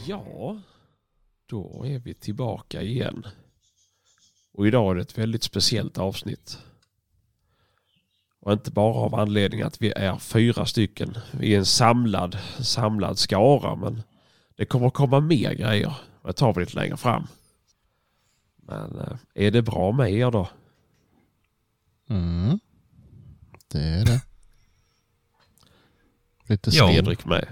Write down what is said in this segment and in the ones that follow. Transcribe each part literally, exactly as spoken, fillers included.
Ja, då är vi tillbaka igen. Och idag är det ett väldigt speciellt avsnitt. Och inte bara av anledning att vi är fyra stycken. Vi är en samlad, samlad skara, men det kommer att komma mer grejer. Det tar vi lite längre fram. Men är det bra med er då? Mm. Det är det. Lite ja. Fredrik med.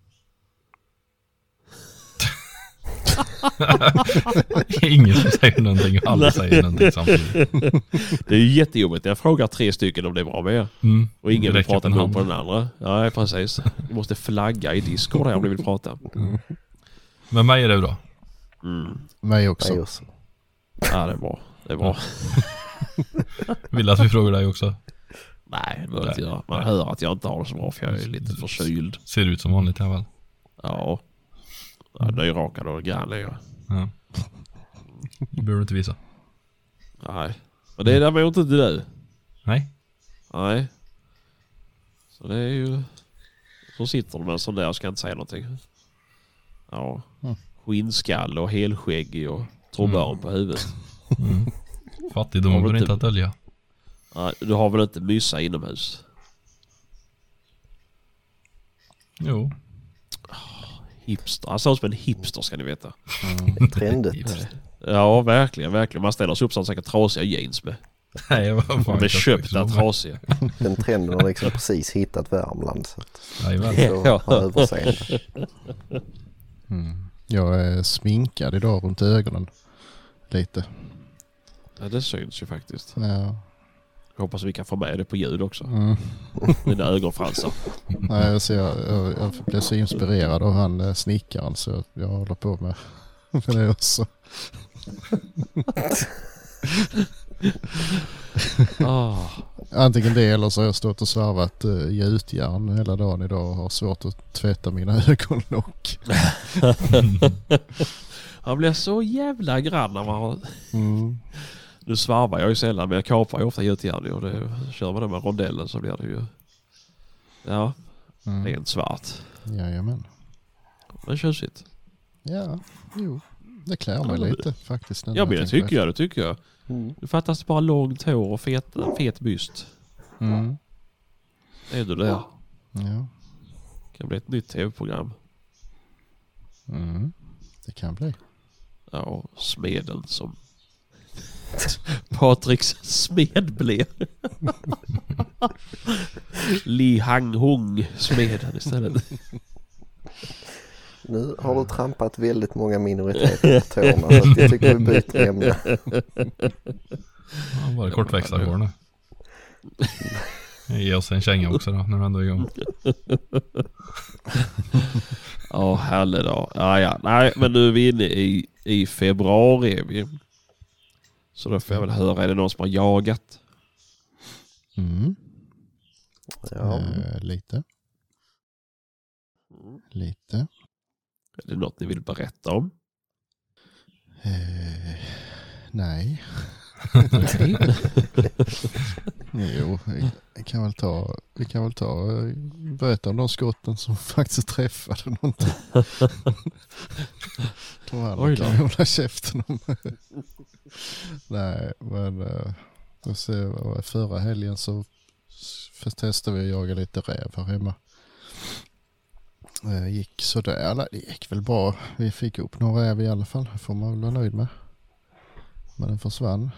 Ingen som säger någonting och alla säger någonting samtidigt. Det är ju jättejobbigt. Jag frågar tre stycken om det är bra med er. Mm. Och ingen vill prata med på den andra. Ja, precis. Du måste flagga i Discord här om du vill prata. Mm. Men mig är det då? Mm. Mig också. Mig också. Ja, det är bra. Det är bra. Vill att vi frågar dig också? Nej, det behöver inte göra. Man hör att jag inte har det så bra för jag är lite förkyld. Ser ut som vanligt här väl? Ja. Ja, det är rakad och grann är jag. Ja. Det behöver du inte visa. Nej. Och det är därmed inte du. Nej. Nej. Så det är ju... Så sitter du med en sån där och ska inte säga någonting. Ja. Skinnskall och helskäggig och trobörn mm. på huvudet. Mm. Fattigdom går inte att dölja. Nej, du har väl inte myssa inomhus? Jo. Hipster. Han sa som en hipster ska ni veta. Mm, trendigt. Ja, verkligen, verkligen. Man ställer sig upp som säkert trasiga jeans med. Nej, jag var fan med köpta trasiga. Den trenden har liksom precis hittat Värmland. Så att ja, ha överseende. Mm. Jag är sminkad idag runt ögonen. Lite. Ja, det syns ju faktiskt. Ja. Jag hoppas vi kan få med det på ljud också. Mm. Mina ögonfransar. Nej, så jag, jag, jag blev så inspirerad av han snickaren så jag håller på med, med det också. oh. Antingen det eller så har jag stått och svarvat uh, gjutjärn hela dagen idag och har svårt att tvätta mina ögonlock. Han blir så jävla grann när man har... Mm. Nu svarvar jag ju sällan men jag kapar ju ofta gjutjärn och det, kör man det med rondellen så blir det ju ja, mm. rent svart. Jajamän. Men tjusigt. Ja, jo. Det klär mig ja, lite faktiskt. Ja, men det tycker jag, det tycker jag. Mm. Du fattas bara långt hår och fet, fet byst. Mm. Är du det? Ja. Det kan bli ett nytt tv-program. Mm. Det kan bli. Ja, smeden som Patriks smed blev. Li Hang Hung smeden istället. Nu har du trampat väldigt många minoriteter på tårna så att jag tycker vi byter ämne. Ja, bara kortväxlar går nu. Ge oss en känga också då när du ändå är igång. Ja, härligt då. Ja, ja. Nej, men nu är vi inne i, i februari. Vi. Så då får jag väl höra, är det någon som har jagat? Mm. Ja. Äh, lite. Lite. Är det något ni vill berätta om? Eh, nej. Jo, vi kan väl ta, vi kan väl ta berätta om de skotten som faktiskt träffade någonting. De andra kan hålla käften om. Nej, men uh, se, förra helgen så testade vi att jaga lite räv här hemma. Uh, gick så där, det gick väl bra. Vi fick upp några räv i alla fall, det får man väl vara nöjd med. Men den försvann.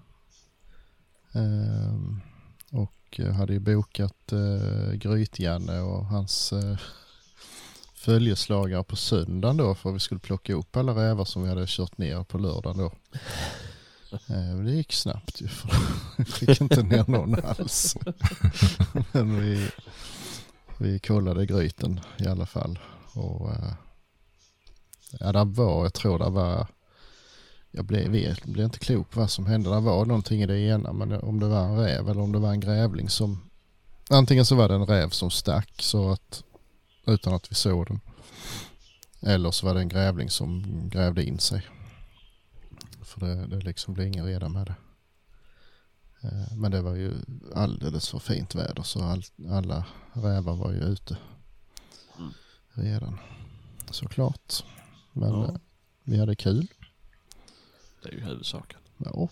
Uh, och hade ju bokat uh, Grytjanne och hans uh, följeslagare på söndagen då för att vi skulle plocka upp alla rävar som vi hade kört ner på lördagen då. Uh, det gick snabbt ju för vi fick inte ner någon alls. Men vi, vi kollade Gryten i alla fall. Och uh, ja, det var, jag tror det var Jag blev, vet, blev inte klok vad som hände. Det var någonting i det ena, men om det var en räv eller om det var en grävling som... Antingen så var det en räv som stack så att, utan att vi såg den. Eller så var det en grävling som grävde in sig. För det, det liksom blev ingen reda med det. Men det var ju alldeles för fint väder så all, alla rävar var ju ute redan. Såklart. Men Ja. eh, vi hade kul. Det är ju huvudsaken. Ja.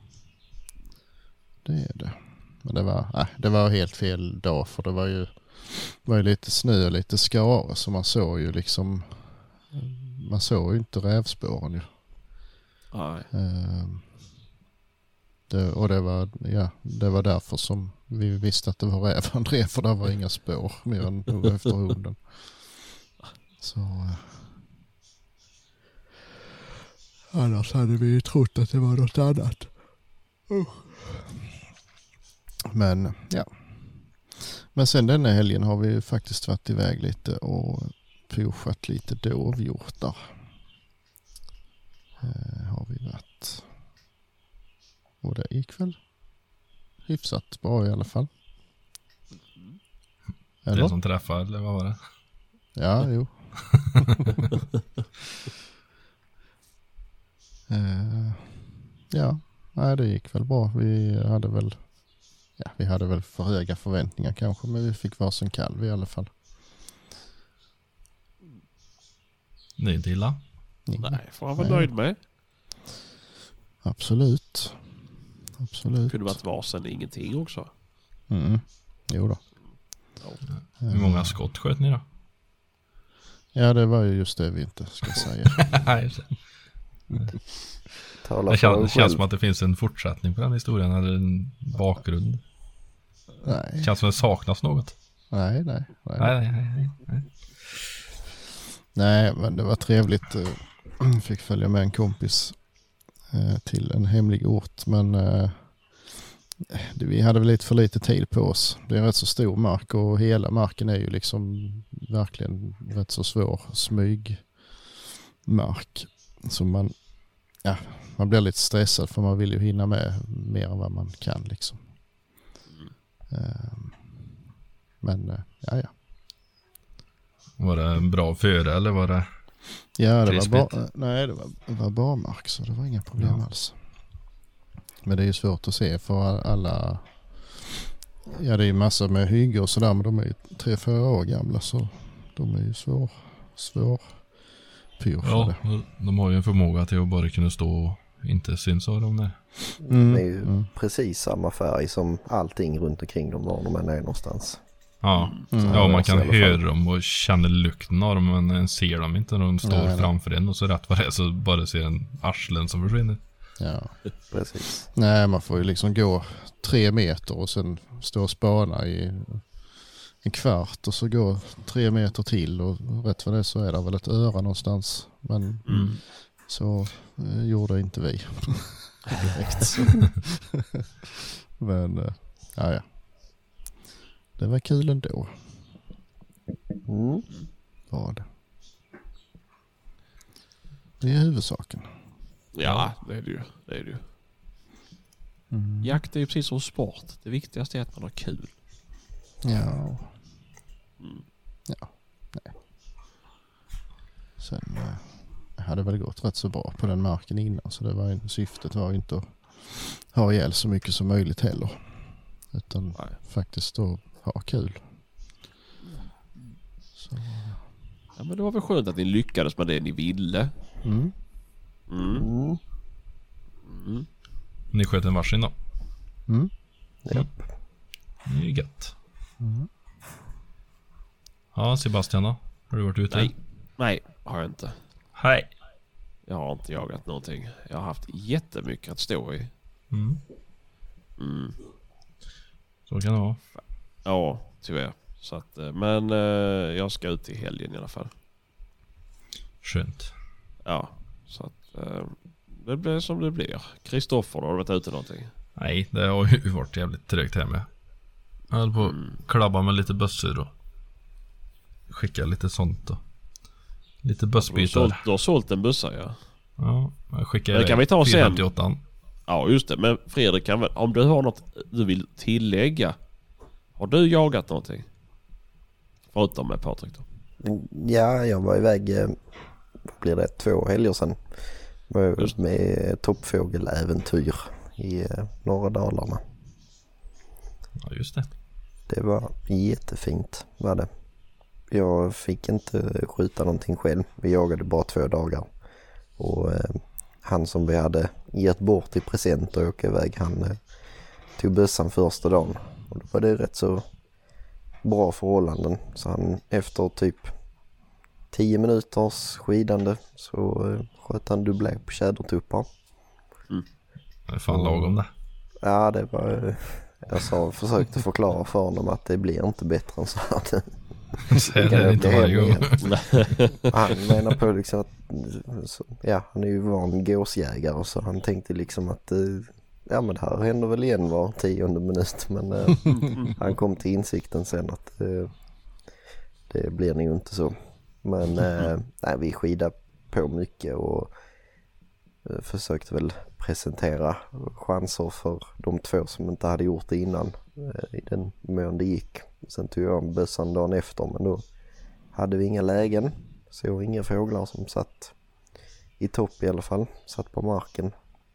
Det är det. Men det var, äh, det var helt fel dag för det var ju, var ju lite snö och lite skare så man såg ju liksom man såg ju inte rävspåren ju. Nej. Ehm, det, och det var, ja, det var därför som vi visste att det var räv han drev för det var inga spår mer än efter hunden. Så eh, annars hade vi ju trott att det var något annat. Uh. Men ja. Men sen denna helgen har vi ju faktiskt varit iväg lite och pushat lite dovhjortar. Eh, har vi varit. Och det gick väl hyfsat bra i alla fall. Eller? Det som träffade, eller vad var det? Ja, jo. eh, ja, nej, det gick väl bra. Vi hade väl ja, vi hade väl för höga förväntningar kanske, men vi fick varsin kalv i alla fall. Det är inte illa. Mm. Nej, får han vara Nej. nöjd med. Absolut. Absolut. Kunde varit varsen ingenting också. Mm. Jo då. Ja. Hur många skott sköt ni då? Ja, det var ju just det vi inte ska säga. Tala Det för dig känns, känns själv. som att det finns en fortsättning på den historien eller en bakgrund. Nej. Det känns som att det saknas något. Nej, nej, nej. Nej, nej, nej, nej. Nej, men det var trevligt. eh, Fick följa med en kompis eh, till en hemlig ort. Men eh, det- vi hade väl lite för lite tid på oss. Det är en rätt så stor mark och hela marken är ju liksom verkligen rätt så svår smygmark. Så man, ja, man blir lite stressad för man vill ju hinna med mer än vad man kan liksom. Eh, Men eh, ja, ja. Var det bra före eller var det... Ja, det var Krispigt. bara, nej, det var, det var barmark så det var inga problem Ja. alls. Men det är ju svårt att se för alla, ja det är ju massor med hyggor och sådär men de är ju tre, fyra år gamla så de är ju svår, svår pyrschade. Ja, de har ju en förmåga till att bara kunna stå och inte syns av dem där. Mm, Det är ju mm. precis samma färg som allting runt omkring dem var de än är någonstans. Ja, Mm. ja Ja, man så i kan alla fall. höra dem och känna lukten av dem men en ser dem inte när de står Nej, nej. framför en och så rätt vad det är så bara ser en arslen som försvinner. Ja. Precis. Nej, man får ju liksom gå tre meter och sen stå och spana i en kvart och så gå tre meter till och rätt vad det är så är det väl ett öra någonstans. Men Mm. så eh, gjorde inte vi direkt. Så. Men eh, ja, ja. Det var kul ändå. Mm. Var det. Det är huvudsaken. Ja, det är det ju. Det är det ju. Mm. Jakt är ju precis som sport. Det viktigaste är att man har kul. Ja. Mm. Ja. Nej. Sen eh, hade väl gått rätt så bra på den marken innan så det var ju, syftet var ju inte att ha ihjäl så mycket som möjligt heller. Utan Nej. faktiskt att ha kul. Så. Ja, men det var väl skönt att ni lyckades med det ni ville. Mm. Mm. Mm. Mm. Ni sköt en varsin då. Mm. Japp. Det är ju gött. Mm. Ja, Sebastian då? Har du varit ute? Nej. Nej, har jag inte. Hej. Jag har inte jagat någonting. Jag har haft jättemycket att stå i. Mm. Mm. Så kan det vara. Ja, tyvärr. Så att, eh, men eh, jag ska ut i helgen i alla fall. Skönt. Ja, så att eh, det blir som det blir. Kristoffer, har du varit ute någonting? Nej, det har ju varit jävligt trögt här med. Jag höll på Mm. att klabba med lite bössor och skicka lite sånt och lite Du har, bössbitar. sålt, du har sålt en bussa, ja. Ja, jag skickar Men det kan vi ta sen. fyrahundrafemtioåtta. Ja, just det. Men Fredrik, kan väl, om du har något du vill tillägga. Har du jagat någonting? Förutom med Patrik då. Ja, jag var iväg, eh, vad blir det, två helger sedan. Var jag Just. med toppfågeläventyr i eh, norra Dalarna. Ja, just det. Det var jättefint, var det. jag fick inte skjuta någonting själv. Vi jagade bara två dagar. Och eh, han som vi hade gett bort i present och åka iväg, han eh, tog bössan första dagen. Och då var det rätt så bra förhållanden. Så han efter typ tio minuters skidande så eh, sköt han dubbla på tjädertuppar. Mm. Det är fan lagom det. Ja, det var... Jag sa, försökte förklara för honom att det blir inte bättre än så här. Säg det inte varje gång. Han menar på liksom att så, ja, han är ju van gåsjägare, så han tänkte liksom att ja, men det här händer väl igen var tionde minut, men eh, han kom till insikten sen att eh, det blir nog inte så. Men eh, nej, vi skidade på mycket och eh, försökte väl presentera chanser för de två som inte hade gjort det innan eh, i den mån det gick. Sen tog jag bössan dagen efter, men då hade vi inga lägen. Så inga fåglar som satt i topp i alla fall. Satt på marken.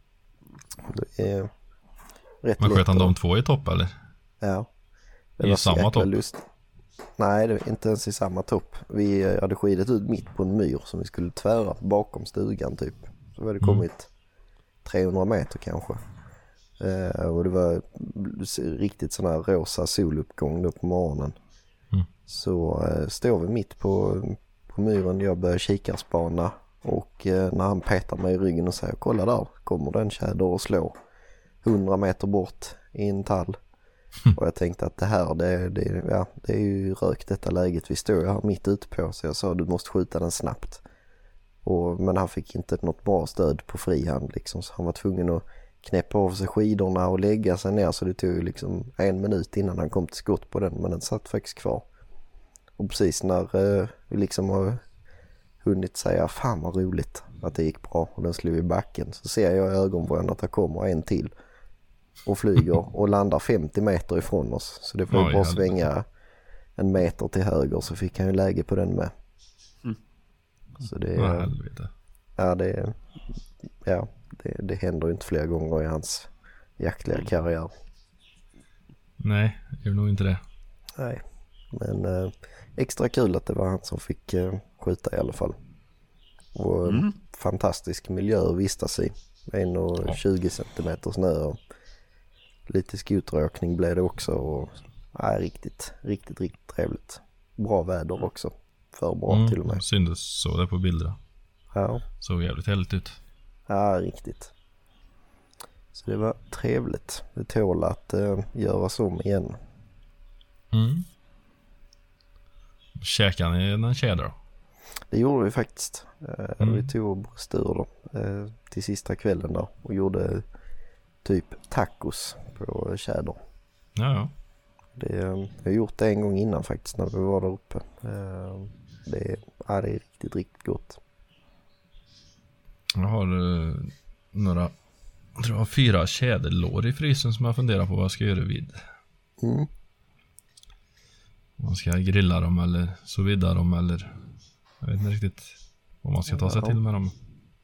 Det är rätt Men sköt han lätt. de två i topp eller? Ja. Det I var så samma jäkla topp? lust. Nej, det var inte ens i samma topp. Vi hade skidat ut mitt på en myr som vi skulle tvära bakom stugan typ. Så hade det kommit mm. trehundra meter kanske. Uh, och det var riktigt sån här rosa soluppgång då på morgonen. Mm. Så uh, står vi mitt på, på myren, jag börjar kikarspana och uh, när han petar mig i ryggen och säger kolla där, kommer den tjäder och slår hundra meter bort i en tall. Mm. Och jag tänkte att det här, det, det, ja, det är ju rökt detta läget, vi står ju här mitt ute på, så jag sa du måste skjuta den snabbt. Och, men han fick inte något bra stöd på frihand liksom, så han var tvungen att knäppa av sig skidorna och lägga sig ner, så det tog ju liksom en minut innan han kom till skott på den, men den satt faktiskt kvar. Och precis när eh, vi liksom har hunnit säga fan vad roligt att det gick bra och den slog i backen, så ser jag i ögonvrån att det kommer en till och flyger och landar femtio meter ifrån oss, så det får ju Oj, bara helvete. svänga en meter till höger, så fick han ju läge på den med. Mm. Så det Vad är helvete. ja, det ja, det, det händer ju inte fler gånger i hans jaktliga karriär. Nej, det är nog inte det. Nej, men eh, extra kul att det var han som fick eh, skjuta i alla fall. Och Mm. fantastisk miljö att vistas i. en komma tjugo centimeter snö och lite skoteråkning blev det också. Och, ja, riktigt, riktigt, riktigt trevligt. Bra väder också. För bra Mm, till och med. syntes så det på bilderna. Ja. Såg jävligt härligt ut. Ja, riktigt. Så det var trevligt. Det tål att uh, göras om igen. Mm. Käkade ni en tjäder då? Det gjorde vi faktiskt. Uh, Mm. Vi tog och bröst ur då, uh, till sista kvällen där och gjorde typ tacos på tjäder. Ja, ja. Det, uh, jag har gjort det en gång innan faktiskt när vi var där uppe. Uh, det, ja, det är riktigt, riktigt gott. Jag har uh, några, jag tror jag har fyra tjäderlår i frysen som jag funderar på vad jag ska göra vid. Mm. Om man ska grilla dem eller så vidare dem eller jag vet inte riktigt vad man ska ta sig Ja. till med dem.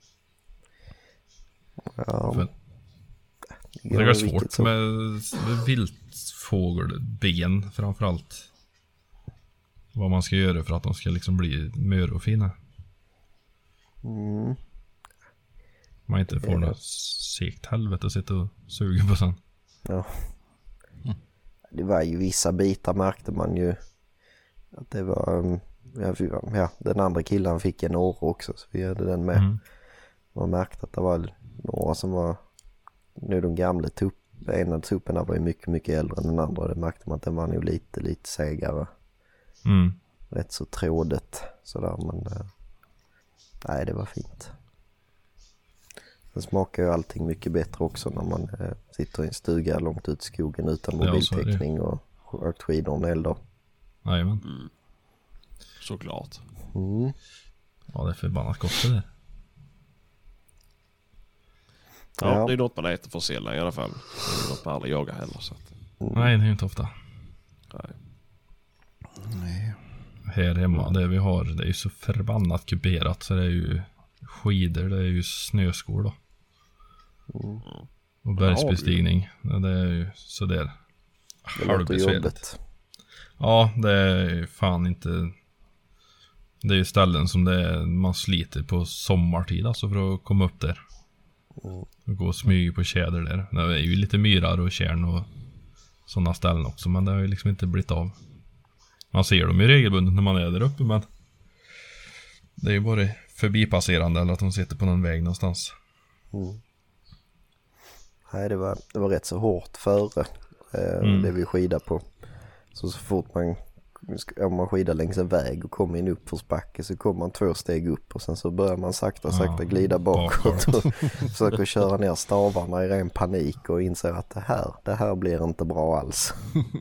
Ja, För det det går är riktigt svårt så. med, med viltfågelben framförallt. Vad man ska göra för att de ska liksom bli mör och fina. Mm. Man inte får Ja. något segt helvete att sitta och suga på sen. Ja. Det var ju vissa bitar märkte man ju att det var um, ja, vi var- ja, den andra killen fick en år också, så vi hade den med. Mm. Man märkte att det var några som var nu de gamla tupp, en av tupparna var ju mycket mycket äldre än den andra. Det märkte man att den var nog lite lite segare, Mm. rätt så trådet sådär, men uh, nej, det var fint. Sen smakar ju allting mycket bättre också när man uh, sitter i en stuga långt ut i skogen utan Ja, så är det. mobiltäckning och åkt skidor och eldar. Jajamän. Mm. Såklart. Mm. Ja, det är förbannat gott det där. Ja, Ja. det är något man äter för sällan i alla fall. Det är något man aldrig jagar heller. Så att, Nej, det är ju inte ofta. nej. Nej. Här hemma, det vi har, det är ju så förbannat kuperat så det är ju skidor, det är ju snöskor då. Mm. Och bergsbestigning. Ja, det är ju sådär Det låter halvbesvärligt. jobbigt. Ja, det är ju fan inte Det är ju ställen som det är, man sliter på sommartid alltså för att komma upp där. Mm. Och gå och smyga på tjäder där. Det är ju lite myrar och kärn och sådana ställen också, men det har ju liksom inte blivit av. Man ser dem ju regelbundet när man är där uppe, men det är ju bara förbipasserande eller att de sitter på någon väg någonstans. Mm. Nej, det var, det var rätt så hårt före eh, Mm. det vi skidade på. Så så fort man, om man skidar längs en väg och kommer in upp för backe så kommer man två steg upp och sen så börjar man sakta sakta Ja, glida bakåt bakåt. och försöker köra ner stavarna i ren panik och inser att det här, det här blir inte bra alls.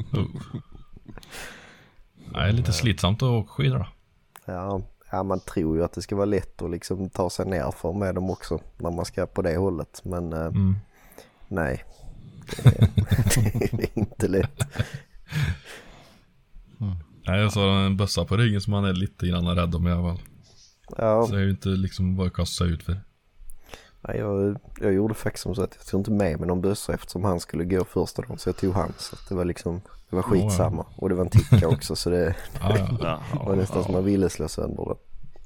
Det är lite slitsamt att åka skidor då. Ja, ja, man tror ju att det ska vara lätt att liksom ta sig ner för med dem också när man ska på det hållet, men eh, Mm. nej, det är, det är inte lätt. Nej, jag sa en bössa på ryggen som man är lite grann rädd om i alla fall. Ja, Så det är ju inte liksom bara kasta ut för. ja, jag, jag gjorde faktiskt som så att jag tog inte med mig någon bössa eftersom han skulle gå första dagen, så jag tog hans. Så att det var liksom, det var skitsamma. Och det var en ticka också, så det Ja, ja. Ja, var nästan som man ville slå sönder det.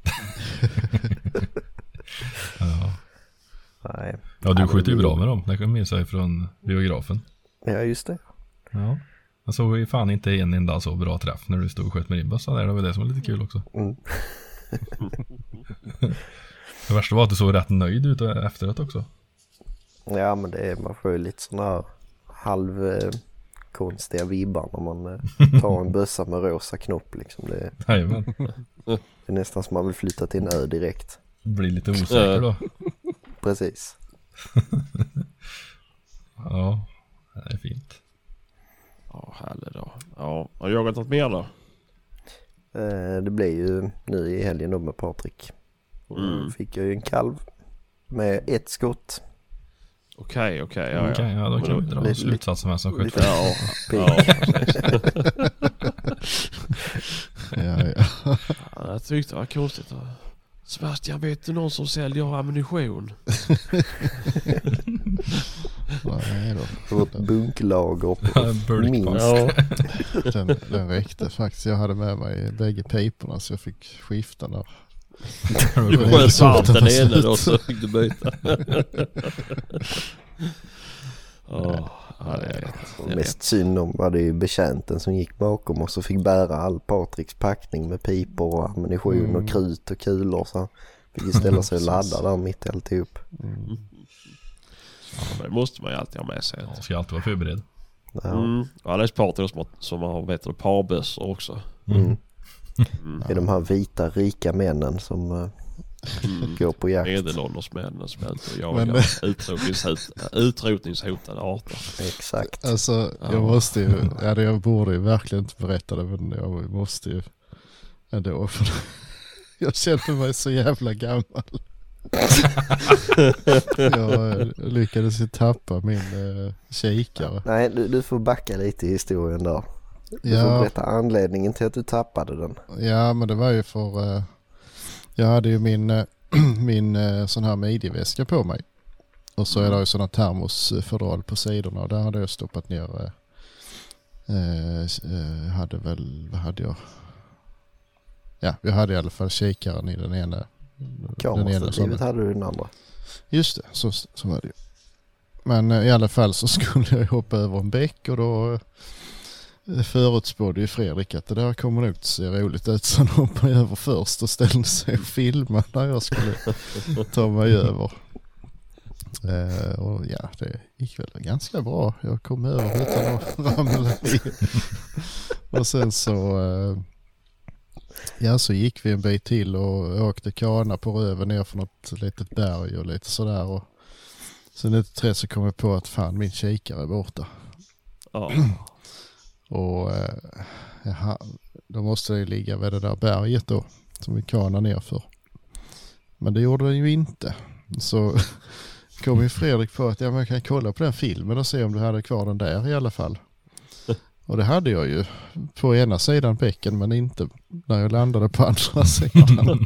Ja. Nej. Ja, du Ja, skjuter ju det- bra med dem. Det kan jag minnas sig från biografen. Ja, just det. Ja. Jag såg ju fan inte en enda så bra träff när du stod och sköt med din bössa där. Det var det som var lite kul också. Mm. Det värsta var att du såg rätt nöjd ut efteråt också. Ja, men det är, man får ju lite sådana här halv eh, konstiga vibbar när man eh, tar en bössa med rosa knopp liksom. Det, Jajamän. det är nästan som man vill flytta till en ö direkt. Blir lite osäker då. Precis. Ja, det är fint. Ja, härligt då. Ja, har du jagat något mer då? Eh, det blev ju nu i helgen då med Patrik. Och då Mm. fick jag ju en kalv med ett skott. Okej, okej. ja, ja. Okej, ja, då kan vi dra Lite- slutsatsen vem som sköt. lite- Ja, Pigg. ja, precis. Ja, ja. Ja, jag tyckte det var konstigt. Sebastian, vet du någon som säljer ammunition? Nej då. Vårt bunklager Ja, på en burk minst. Ja. Den, den räckte faktiskt. Jag hade med mig bägge piporna så jag fick skifta när Du var sköt så varmt den utan ena slut. då så fick du byta. Ja, ja, det är rätt. Och mest synd om var det ju betjänten som gick bakom oss och fick bära all Patriks packning med pipor och ammunition Mm. och krut och kulor. Så han fick ju ställa sig och Precis. ladda där mitt i alltihop. Mm. Ja, det måste man ju alltid ha med sig. Ja, ska alltid vara förberedd. Ja. Mm. Ja, det är ett par till oss som har, som har vet du, parbössor också. Mm. Mm. Det är de här vita rika männen som uh, Mm. går på jakt. Medelålders män som är ute och Men- jagar utrotningshot, utrotningshotade arter. Exakt. Alltså Ja. jag måste ju, ja, det jag borde ju verkligen inte berätta det, men jag måste ju ändå, för jag kände mig så jävla gammal. Jag lyckades ju tappa min eh, kikare. Nej, du, du får backa lite i historien där. Du får Ja, berätta anledningen till att du tappade den. ja, men det var ju för eh, jag hade ju min, eh, min eh, sån här midjeväska på mig. Och så är det ju sådana termosfodral på sidorna och där hade jag stoppat ner eh, eh, eh, hade väl, vad hade jag? Ja, jag hade i alla fall kikaren i den ena. Den ena sån. Kamerastativet hade du den andra. Just det, så, så var det ju. Men eh, i alla fall så skulle jag hoppa över en bäck och då eh, förutspådde ju Fredrik att det där kommer nog inte se roligt ut, så han hoppade över först och ställde sig och filmade när jag skulle ta mig över. Eh, och ja, det gick väl ganska bra. Jag kom över utan att ramla i. Och sen så eh, ja, så gick vi en bit till och åkte kana på röven ner för något litet berg och lite sådär. Och sen lite tre så kom jag på att fan, min kikare är borta. Ja. Och eh, jaha, då måste det ju ligga vid det där berget då som vi kanade ner för. Men det gjorde den ju inte. Så kom ju Fredrik på att ja, man kan kolla på den filmen och se om du hade kvar den där i alla fall. Och det hade jag ju på ena sidan bäcken, men inte när jag landade på andra sidan.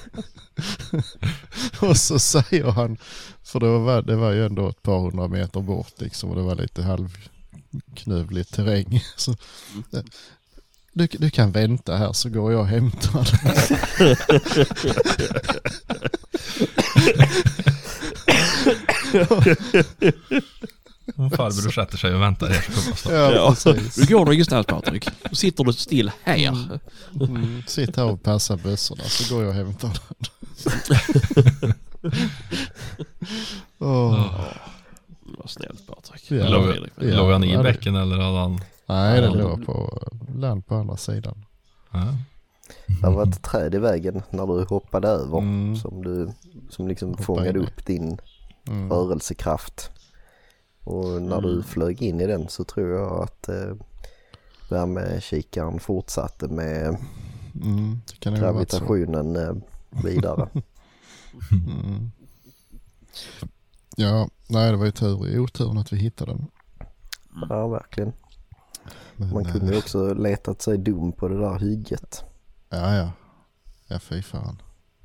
Och så säger han, för det var, det var ju ändå ett par hundra meter bort liksom, och det var lite halvknövlig terräng. Så, du, du kan vänta här så går jag och hämtar Om farbror sätter sig och väntar här så kommer ja, Ja. precis. Du går nog ingenstans, Patrik. Då sitter du still här. Mm. Mm. Sitt här och passa bössorna så går jag och hämtar den. oh. Vad snällt, Patrik. Ja. Låg, Fredrik, men- Ja, låg han i ja, det- bäcken eller hade han? Nej, det Ja. låg på land på andra sidan. Ja. Det var ett träd i vägen när du hoppade över Mm. som, du, som liksom Hoppa fångade in i. upp din Mm. rörelsekraft. Och när du flög in i den så tror jag att eh, värmekikaren fortsatte med Mm. Det kan ju ha varit så. gravitationen eh, vidare. Mm. Ja, nej det var ju tur i oturen att vi hittade den. Ja, verkligen. Men, Man kunde ju eh, också letat sig dum på det där hygget. Ja, ja. Ja, fy fan.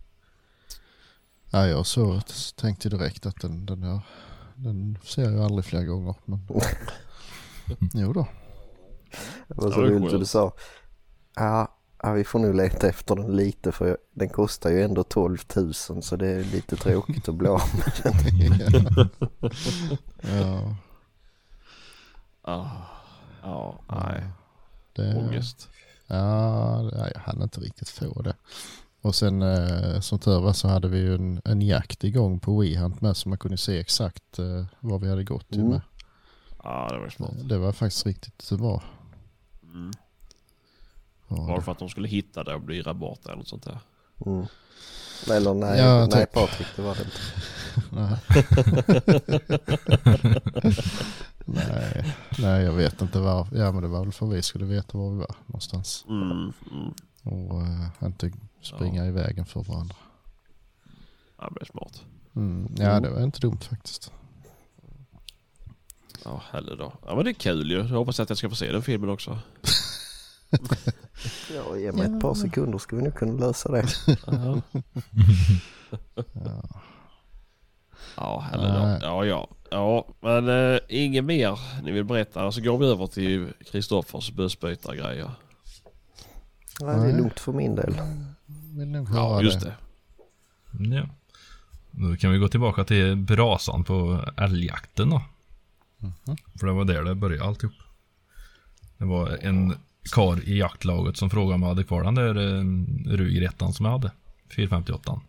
Ja, jag så tänkte direkt att den, den, här, den ser jag aldrig fler gånger. Men jo då. Det var så Ja, det är roligt att skönt. du sa ja, ja, vi får nu leta efter den lite för den kostar ju ändå tolv tusen så det är lite tråkigt att bli av med den. Ja, Ja, ja, nej. det, Ångest. ja, det- jag hann inte riktigt få det. Och sen eh, som tur var så hade vi ju en, en jakt igång på WeHunt med så man kunde se exakt eh, vad vi hade gått till Mm. med. Ja, det var smart. Det var faktiskt riktigt bra. Mm. Ja, Var det för att de skulle hitta det och bli bort eller något sånt där? Mm. Eller nej, Ja, nej typ. Patrik, det var det inte. Nej. nej, nej, jag vet inte var. Ja, men det var väl för vi skulle veta var vi var någonstans. Mm, mm. Och uh, inte springa i vägen för varandra. Ja, det blev smart. Mm. Ja, det var inte dumt faktiskt. Ja, heller då. Ja, men det är kul ju. Jag hoppas att jag ska få se den filmen också. Ja, ge mig ett par sekunder ska vi nu kunna lösa det. Ja, Ja. ja heller Nej. då. Ja, ja. Ja, men äh, inget mer ni vill berätta. Så går vi över till Kristoffers bösbytargrejer. Nej, det är lugnt för min del. Vill nog höra Ja, just det. Ja. Då kan vi gå tillbaka till brasan på älgjakten då. Mhm. För det var där det började alltihop. Det var en kar i jaktlaget som frågade om jag hade kvar den där eh, rugrettan som jag hade. fyra femtioåtta.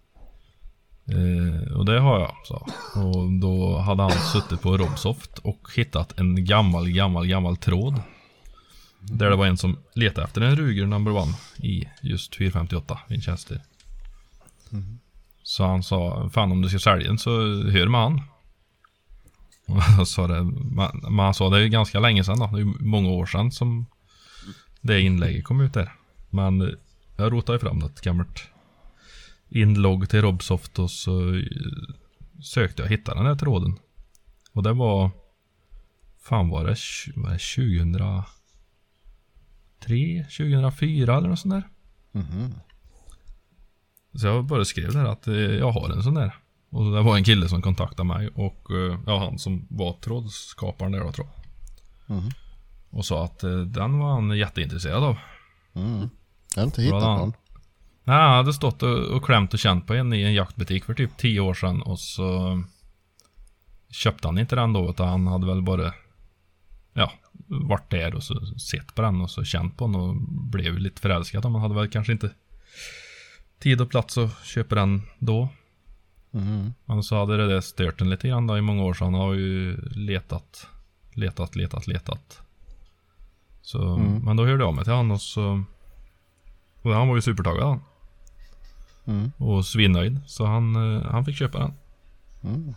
Eh, och det har jag, så. Och då hade han suttit på Robsoft och hittat en gammal, gammal, gammal tråd. Där det var en som letade efter en Ruger number one i just fyra femtioåtta Winchester. Mhm. Så han sa, fan om du ska sälja den så hör med han. Och jag sa det, men han sa det är ganska länge sedan då. Det är många år sedan som det inlägget kom ut där. Men jag rotade fram något gammalt inlogg till Robsoft och så sökte jag hitta den här tråden. Och det var fan var det, var det tjugohundratre, tjugohundrafyra eller något sånt där. Mhm. Så jag bara skrev där att eh, jag har en sån där. Och det var en kille som kontaktade mig och eh, ja, han som var trådskaparen där då, tror jag. Mhm. Och sa att eh, den var han jätteintresserad av. Mm. Jag har inte hittat Bra, någon. Nej, han hade stått och, och klämt och känt på en i en jaktbutik för typ tio år sedan. Och så köpte han inte den då, utan han hade väl bara ja, varit där och så sett på den och så känt på den och blev lite förälskad. Man hade väl kanske inte tid och plats att köpa den då. Mhm. Men så hade det där stört den lite grann då i många år, så han har ju letat, letat, letat, letat. Så, Mm. men då hörde jag mig till han och så och han var ju supertaggad han. Mm. Och svinnöjd, så han, eh, han fick köpa den. Mm.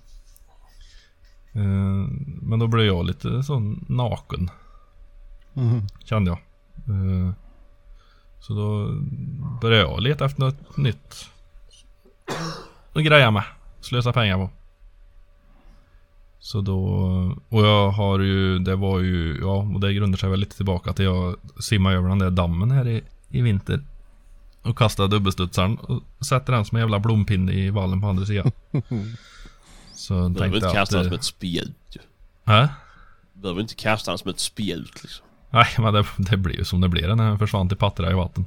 Eh, men då blev jag lite så naken, Mhm. kände jag. Eh, så då började jag leta efter något nytt och greja med, slösa pengar på. Så då, och jag har ju, det var ju, ja, och det grundar sig väl lite tillbaka till jag simmade över den där dammen här i, i vinter och kastade dubbelstudsaren och sätter den som en jävla blompinne i vallen på andra sidan. Så Behöver tänkte inte jag kasta den att som ett spjut. äh? Behöver inte kasta den som ett spjut liksom. Nej, men det, det blir ju som det blir när den försvann till Patra i vatten.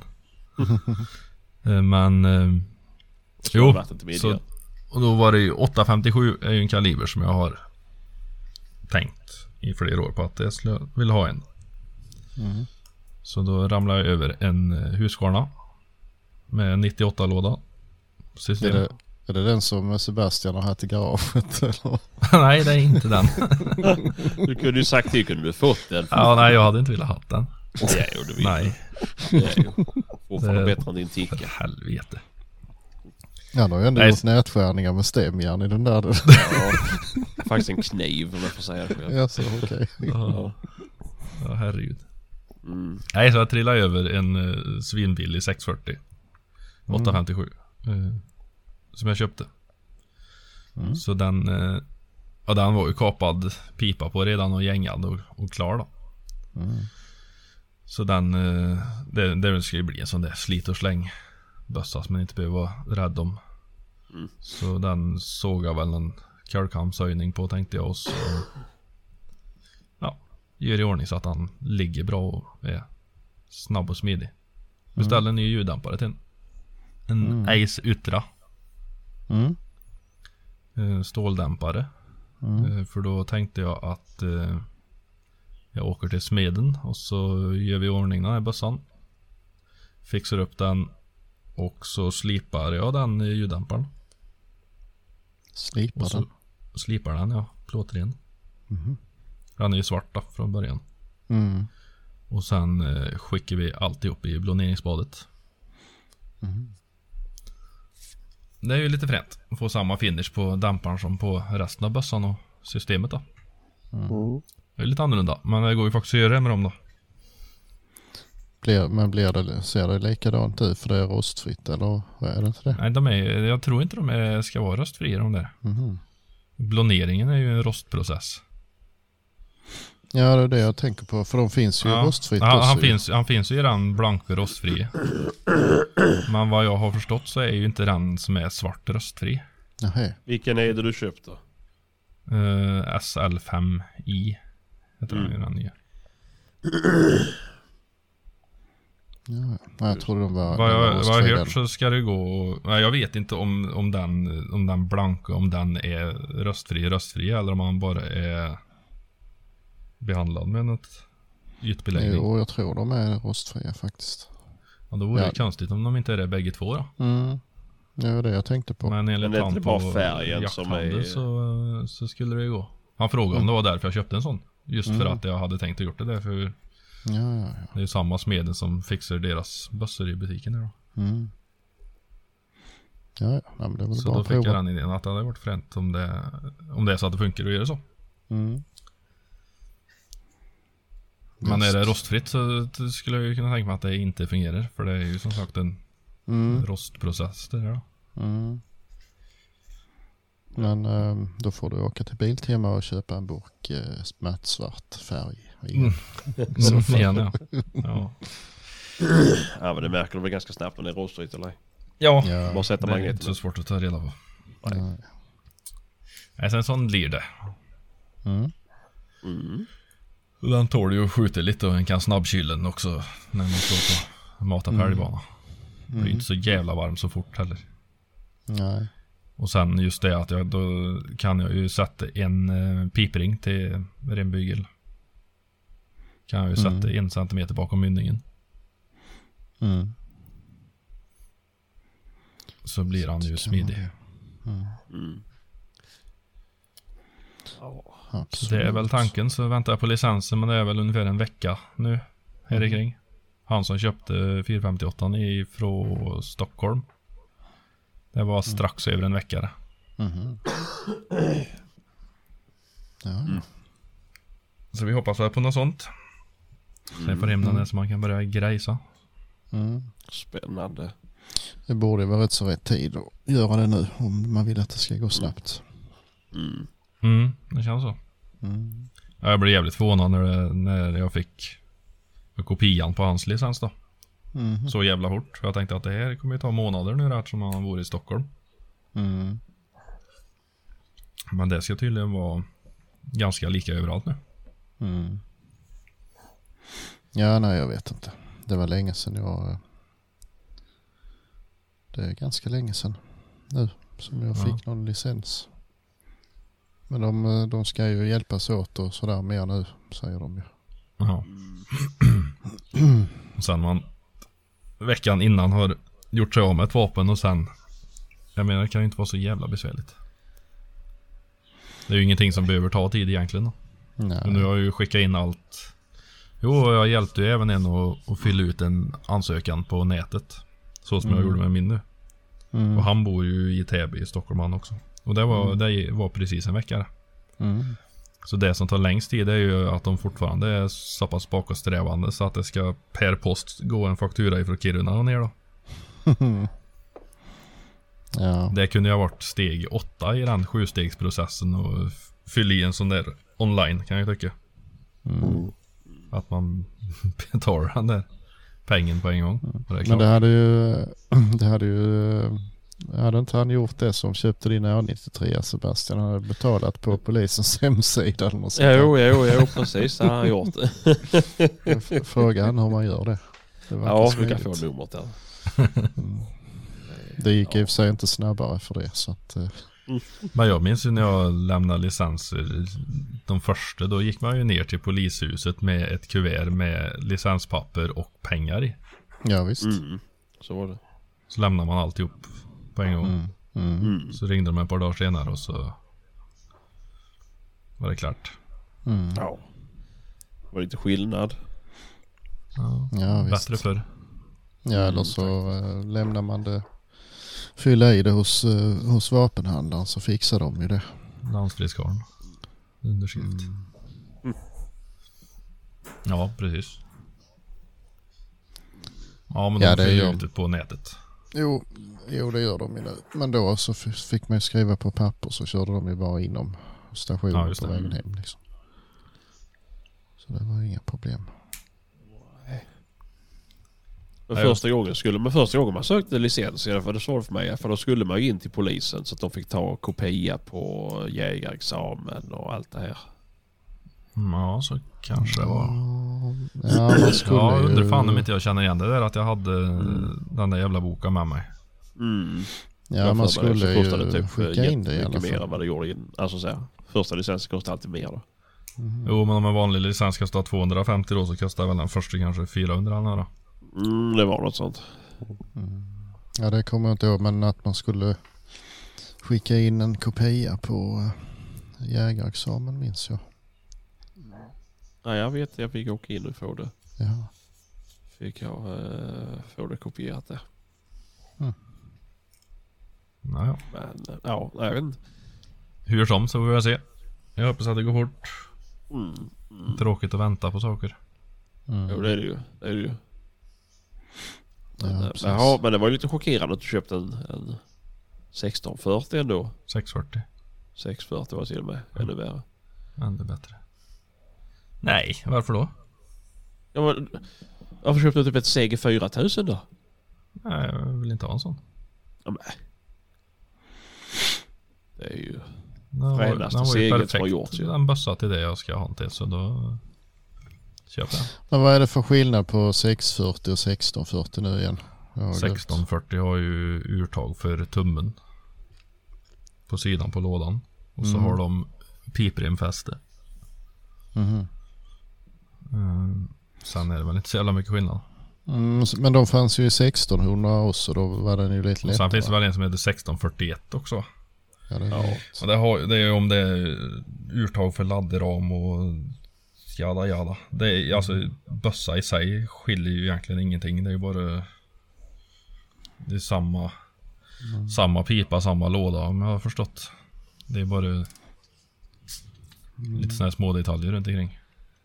Men eh, jo, så, och då var det ju åtta femtiosju är ju en kaliber som jag har tänkt i flera år på att jag skulle vilja ha en. Mm. Så då ramlade jag över en Husqvarna med nittioåtta låda system. Är det, är det den som Sebastian har haft i garaget eller? Nej, det är inte den. Du kunde ju sagt det, kunde du fått den. Ja, nej, jag hade inte velat ha den. Det gjorde vi. Nej. Det är ju fortfarande Det- bättre än din ticka. För helvete. Han har ju ändå Nej. gjort nätskärningar med stämjärn i den där. Ja, faktiskt en kniv om jag får säga det själv. Ja, så okej. Ja, ja herregud. Mm. Nej, så jag trillade över en uh, svinbillig sexhundrafyrtio åtta femtiosju uh, som jag köpte. Mm. Så den uh, ja, den var ju kapad pipa på redan och gängad och, och klar då. Mm. Så den uh, det, det ska ju bli en sån där slit och släng bössa som man inte behöver vara rädd om. Mm. Så den såg jag väl en curlkamshöjning på, tänkte jag, och så ja, gör i ordning så att han ligger bra och är snabb och smidig. Beställde en ny ljuddämpare till en, en Mm. Ace Utra Mm. eh, ståldämpare. Mm. Eh, för då tänkte jag att eh, jag åker till smeden och så gör vi i ordning den här bössan, fixar upp den och så slipar jag den i ljuddämparen. Slipar Och så den. slipar den, ja, plåtren. Mhm. Den är ju svart då, från början. Mm. Och sen eh, skickar vi alltihop i blåneringsbadet. Mm. Det är ju lite fränt att få samma finish på dämparen som på resten av bössan och systemet då. Mm. Det är lite annorlunda, men det går ju faktiskt att göra det med dem då. Blir, men blir det, ser det likadant ut för det är rostfritt eller vad är det inte det? Nej, de är, jag tror inte de är, ska vara rostfria de där. Mhm. Blåneringen är ju en rostprocess. Ja, det är det jag tänker på, för de finns ju Ja. rostfritt Ja, också. han, ju. finns, han finns ju i den blanka rostfri. Men vad jag har förstått så är ju inte den som är svart rostfri. Jaha. Vilken är det du köpt då? Uh, S L fem i heter den ju, den nya. Ja, ja. Jag tror de var, Vad de var jag, vad jag har rostfria. hört så ska det gå. Nej, jag vet inte om, om, den, om den blanka, om den är röstfri röstfri eller om man bara är behandlad med något ytbeläggning. Jo, jag tror de är rostfria faktiskt. Ja, då vore Ja. det konstigt om de inte är det bägge två då. Mm. Ja, det var det jag tänkte på. Men enligt Men det är han inte på bara färgen som jakthandel är- så, så skulle det ju gå. Han frågade om det var därför jag köpte en sån. Just för att jag hade tänkt att gjort det där, för Ja, ja, ja. det är ju samma smeden som fixar deras bössor i butiken där då. Mm. Ja, ja. Ja, men det är väl Så bra då att fick jag prova. den idén att det hade varit fränt om det, om det är så att det funkar att göra så. Mm. Men är Just. det rostfritt så t- skulle jag ju kunna tänka mig att det inte fungerar. För det är ju som sagt en Mm. rostprocess det där då. Mm. Men eh, då får du åka till Biltema och köpa en burk eh, matt svart färg. Mm. Så igen, ja. Ja. Ja, men det märker du väl ganska snabbt om det är rostfritt eller ej. Ja, Ja. Bara sätta det är inte magneten. så svårt att ta reda på. Nej. Nej, sen sån blir det. Mm. Mm. Och den tål ju att skjuta lite och den kan snabbkylen också när man står på mata färdigbana. Det är ju inte så jävla varmt så fort heller. Nej. Och sen just det att jag, då kan jag ju sätta en eh, pipring till rembygel. Kan jag ju sätta Mm. en centimeter bakom mynningen. Mm. Så blir han ju kan smidig. Mm. Ja. Absolut. Det är väl tanken, så väntar jag på licensen, men det är väl ungefär en vecka nu här Mm. kring. Han som köpte fyra femtioåtta ifrån Stockholm. Det var strax över en vecka det. Mhm. Ja, ja. Så vi hoppas väl på något sånt. Sen får hem den där så man kan börja grejsa. Mm. Spännande. Det borde vara rätt så rätt tid att göra det nu om man vill att det ska gå snabbt. Mm. Mm, det känns så. Mm. Ja, jag blev jävligt förvånad när, det, när jag fick kopian på hans licens då. Mhm. Så jävla hårt. För jag tänkte att det här kommer ju ta månader nu rätt som han vore i Stockholm. Mm. Men det ska tydligen vara ganska lika överallt nu. Mm. Ja, nej jag vet inte. Det var länge sedan jag... Det är ganska länge sedan nu som jag Ja. fick någon licens. Men de, de ska ju hjälpas åt och sådär mer nu, säger de ju. Ja. Och sen man veckan innan har gjort sig av med ett vapen och sen, jag menar det kan ju inte vara så jävla besvärligt. Det är ju ingenting som behöver ta tid egentligen då. Nej. Men nu har jag ju skickat in allt. Jo, jag hjälpte ju även en att, att fylla ut en ansökan på nätet. Så som Mm. jag gjorde med min nu. Mm. Och han bor ju i Täby i Stockholm han också. Och det var, Mm. det var precis en vecka. Mm. Så det som tar längst tid är ju att de fortfarande är så pass bakåtsträvande så att det ska per post gå en faktura ifrån Kiruna och ner då. Ja. Det kunde ju ha varit steg åtta i den sjustegsprocessen och f- fylla i en sån där online kan jag tycka. Mm. Att man betalar den där pengen på en gång. Och det är Men klart. det hade ju... Det hade ju... Hade inte han gjort det som köpte din A nittiotre, Sebastian? Han hade betalat på polisens hemsida eller något sånt där. Jo, jo, jo, precis. Det har han gjort. Jag f- Fråga han hur man gör det. Det verkar Ja, du smidigt. kan få numret där. Mm. Det gick i och för sig inte snabbare för det. Så att, eh, Men jag minns ju när jag lämnade licenser, de första, då gick man ju ner till polishuset med ett kuvert med licenspapper och pengar i. ja visst. Mm. Så var det. Så lämnar man alltihop på en gång. Mm. Mm. Mm. Så ringde de ett par dagar senare och så var det klart. Mm. Ja. Det var lite skillnad. Ja, Ja, visst. bättre för. Ja, eller så eh, lämnar man det, fylla i det hos, eh, hos vapenhandlaren så fixar de ju det. Landsfriskarn. Underskrift. Mm. Ja, precis. Ja, men Ja, de det fyller gör- ut det på nätet. Jo, jo, det gör de ju nu. Men då så f- fick man ju skriva på papper så körde de ju bara inom stationen Ja, just på det. vägen hem liksom. Så det var inga problem. Men Ja, första gången skulle man första gången man sökte licens, i alla fall det så för mig, för då skulle man ju in till polisen så att de fick ta kopia på jägarexamen och allt det här. Mm, Ja, så kanske det var. Ja, man skulle Ja, undrar ju... fan om inte jag känner igen det där att jag hade Mm. den där jävla boken med mig. Mm. Ja, man för mig det, skulle så kostade ju det typ skicka in det i alla jättemycket mer än fall. vad det gjorde in. Alltså så här, första licensen kostar alltid mer då. Mm. Jo, men om en vanlig licens kostar tvåhundrafemtio då så kostar väl den första kanske fyrahundra eller något. Mm, det var något sånt. Mm. Ja, det kommer jag inte ihåg, men att man skulle skicka in en kopia på äh, jägarexamen minns jag. Nej, jag vet, jag fick åka in och få det. Ja. Fick jag eh, få det kopierat där. Naja. Men eh, ja, jag vet inte. Hur som så får jag se. Jag hoppas att det går fort. Mm. Mm. Tråkigt att vänta på saker. Mm. Jo, det är det ju. Det är det ju. Men, Ja, eh, precis. ja, men det var ju lite chockerande att du köpte en, en sexton fyrtio ändå. sexhundrafyrtio. sex fyrtio var till och med ännu värre. Ännu bättre. Nej, varför då? Ja, men, varför köpte du typ ett Sege fyra tusen då? Nej, jag vill inte ha en sån. Ja, men. Det är ju... Den var, Renaste den var ju segern som perfekt. har gjorts, ju. Den bössa till det jag ska ha till så då köper jag. Men vad är det för skillnad på sex fyrtio och sexton fyrtio nu igen? Jag har glömt. sexton fyrtio har ju urtag för tummen på sidan på lådan. Och så Mm. har de pipremfäste. Mhm. Mm. Sen är det väl inte så jävla mycket skillnad. Mm, men de fanns ju i sextonhundra också, då var den ju lite Och sen lättare. finns det väl en som heter sexton fyrtioett också. Ja, det är Ja. lätt. Och det, har, det är ju om det är urtag för ladderam och jada jada. Det är, alltså bössa i sig skiljer ju egentligen ingenting. Det är ju bara det är samma Mm. samma pipa, samma låda om jag har förstått. Det är bara lite sådana här små detaljer runt omkring.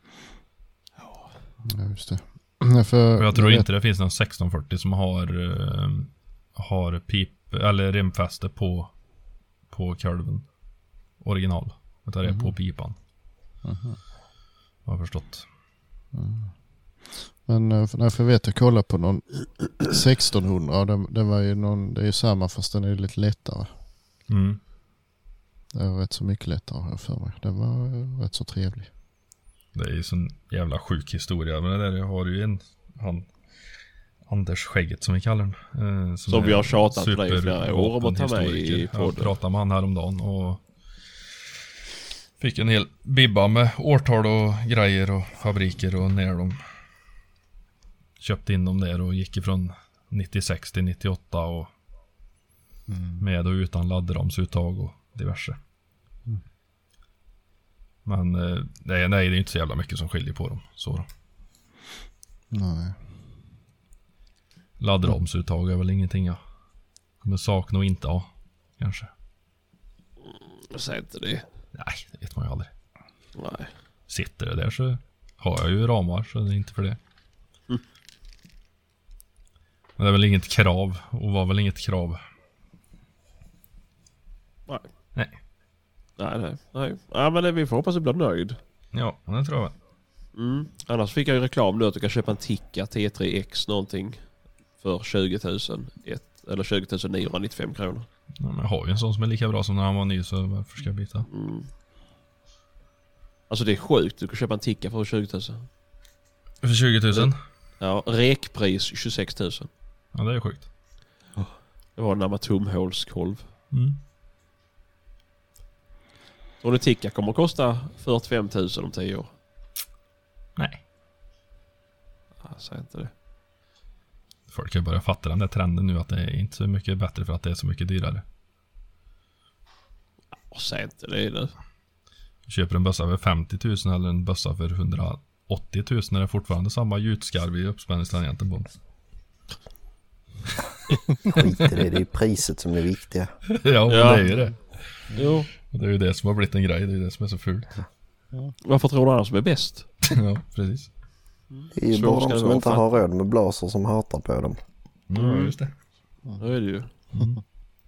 Ja, just det. Ja, för, Och jag tror vet- inte det finns någon sexton fyrtio som har eh, har pip eller remfäste på på kolven original. Utan det är på Mhm. pipan. Mhm. Jag har förstått. Mm. Men eh, för, nej, för jag vet jag kollade på någon sextonhundra och den, den var ju någon, det är ju samma fast den är lite lättare. Mm. Det var rätt så mycket lättare här för mig. Den var eh, rätt så trevlig. Det är ju sån jävla sjuk historia. Men det där, jag har ju en, han, Anders Skägget som vi kallar den. Eh, som som vi har tjatat på dig flera år om att ta med i Jag podden. pratade med han häromdagen och fick en hel bibba med årtal och grejer och fabriker och när de köpte in dem där och gick ifrån nittiosex till nittioåtta och mm. med och utan laddramsuttag och diverse. Mm. Men eh, nej, nej, det är inte så jävla mycket som skiljer på dem. Så då. Nej. Laddramsuttag är väl ingenting jag kommer sakna och inte ha. Kanske. Jag säger inte det. Nej, det vet man ju aldrig. Nej. Sitter det där så har jag ju ramar så det är inte för det. Mm. Men det är väl inget krav och var väl inget krav. Nej. Nej. Nej, nej, nej. Ja, men det, vi får hoppas att du blir nöjd. Ja, det tror jag. Mm. Annars fick jag ju reklam nu att du kan köpa en Tikka T tre X någonting för tjugo tusen ett, eller tjugo tusen niohundranittiofem kronor. Ja, men jag har ju en sån som är lika bra som när han var ny, så varför ska jag byta? Mm. Alltså det är sjukt, du kan köpa en Tikka för tjugo tusen. För tjugo tusen? Ja, rekpris tjugosex tusen. Ja, det är sjukt. Det var en med tomhålskolv. Mm. Och en Tikka kommer att kosta fyrtiofem tusen om tio år. Nej. Jag säger inte det. Folk har börjat fatta den där trenden nu att det är inte så mycket bättre för att det är så mycket dyrare. Jag säger inte det nu. Du köper en bössa för femtio tusen eller en bössa för hundraåttio tusen är det fortfarande samma gjutskarv i uppspänningstangenten på. Skit i det, det är priset som är viktiga. Ja, men Ja. det är ju det. Jo. Och det är ju det som har blivit en grej, det är det som är så fult. Ja. Varför tror du annars som är bäst? Ja, precis. Det är ju Så bara ska de det som vara, inte fan. har råd med blaser som hatar på dem. Ja, just det. Då är det ju. Mm.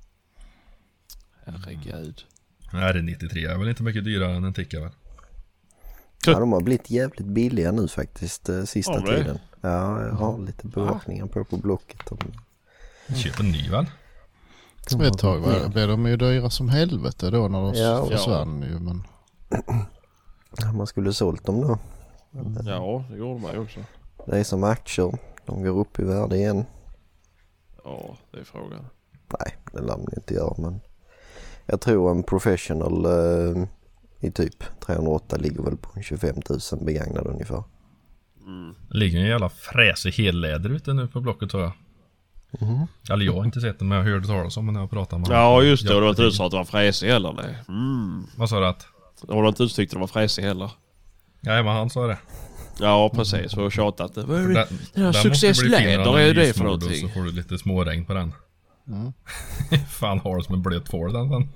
Herregud. R nittiotre är väl inte mycket dyrare än en Tikka, väl? Ja, de har blivit jävligt billiga nu faktiskt eh, sista Har de? tiden. Ja, jag har lite bevakningar på på Blocket. Om... Köp en ny, väl? Ett tag var, blev de ju dyra som helvete då när de Ja. försvann ju, men Ja, man skulle sålt dem då. Ja, det gjorde man ju också. Det är som aktier. De går upp i värde igen. Ja, det är frågan. Nej, det lär man inte göra, men jag tror en professional eh, i typ trehundraåtta ligger väl på tjugofem tusen begagnad ungefär. Mm. Det ligger en jävla fräsig helläder ute nu på Blocket, tror jag. Mm. Eller jag har inte sett den, men jag hörde talas om den när jag pratade med Ja, just det. Och det var inte Ja, du sa att det var fräsig heller. Nej. Mm. Vad sa du att? Och du inte du tyckte det var fräsig heller. Ja, men han sa det. Ja, precis. Vi har tjatat. Vad är Den, det? den här måste bli successläder, finare vad är än det nysmord för och någonting? Så får du lite småregn på den. mm. Fan, har det som en blöt tvål den sen.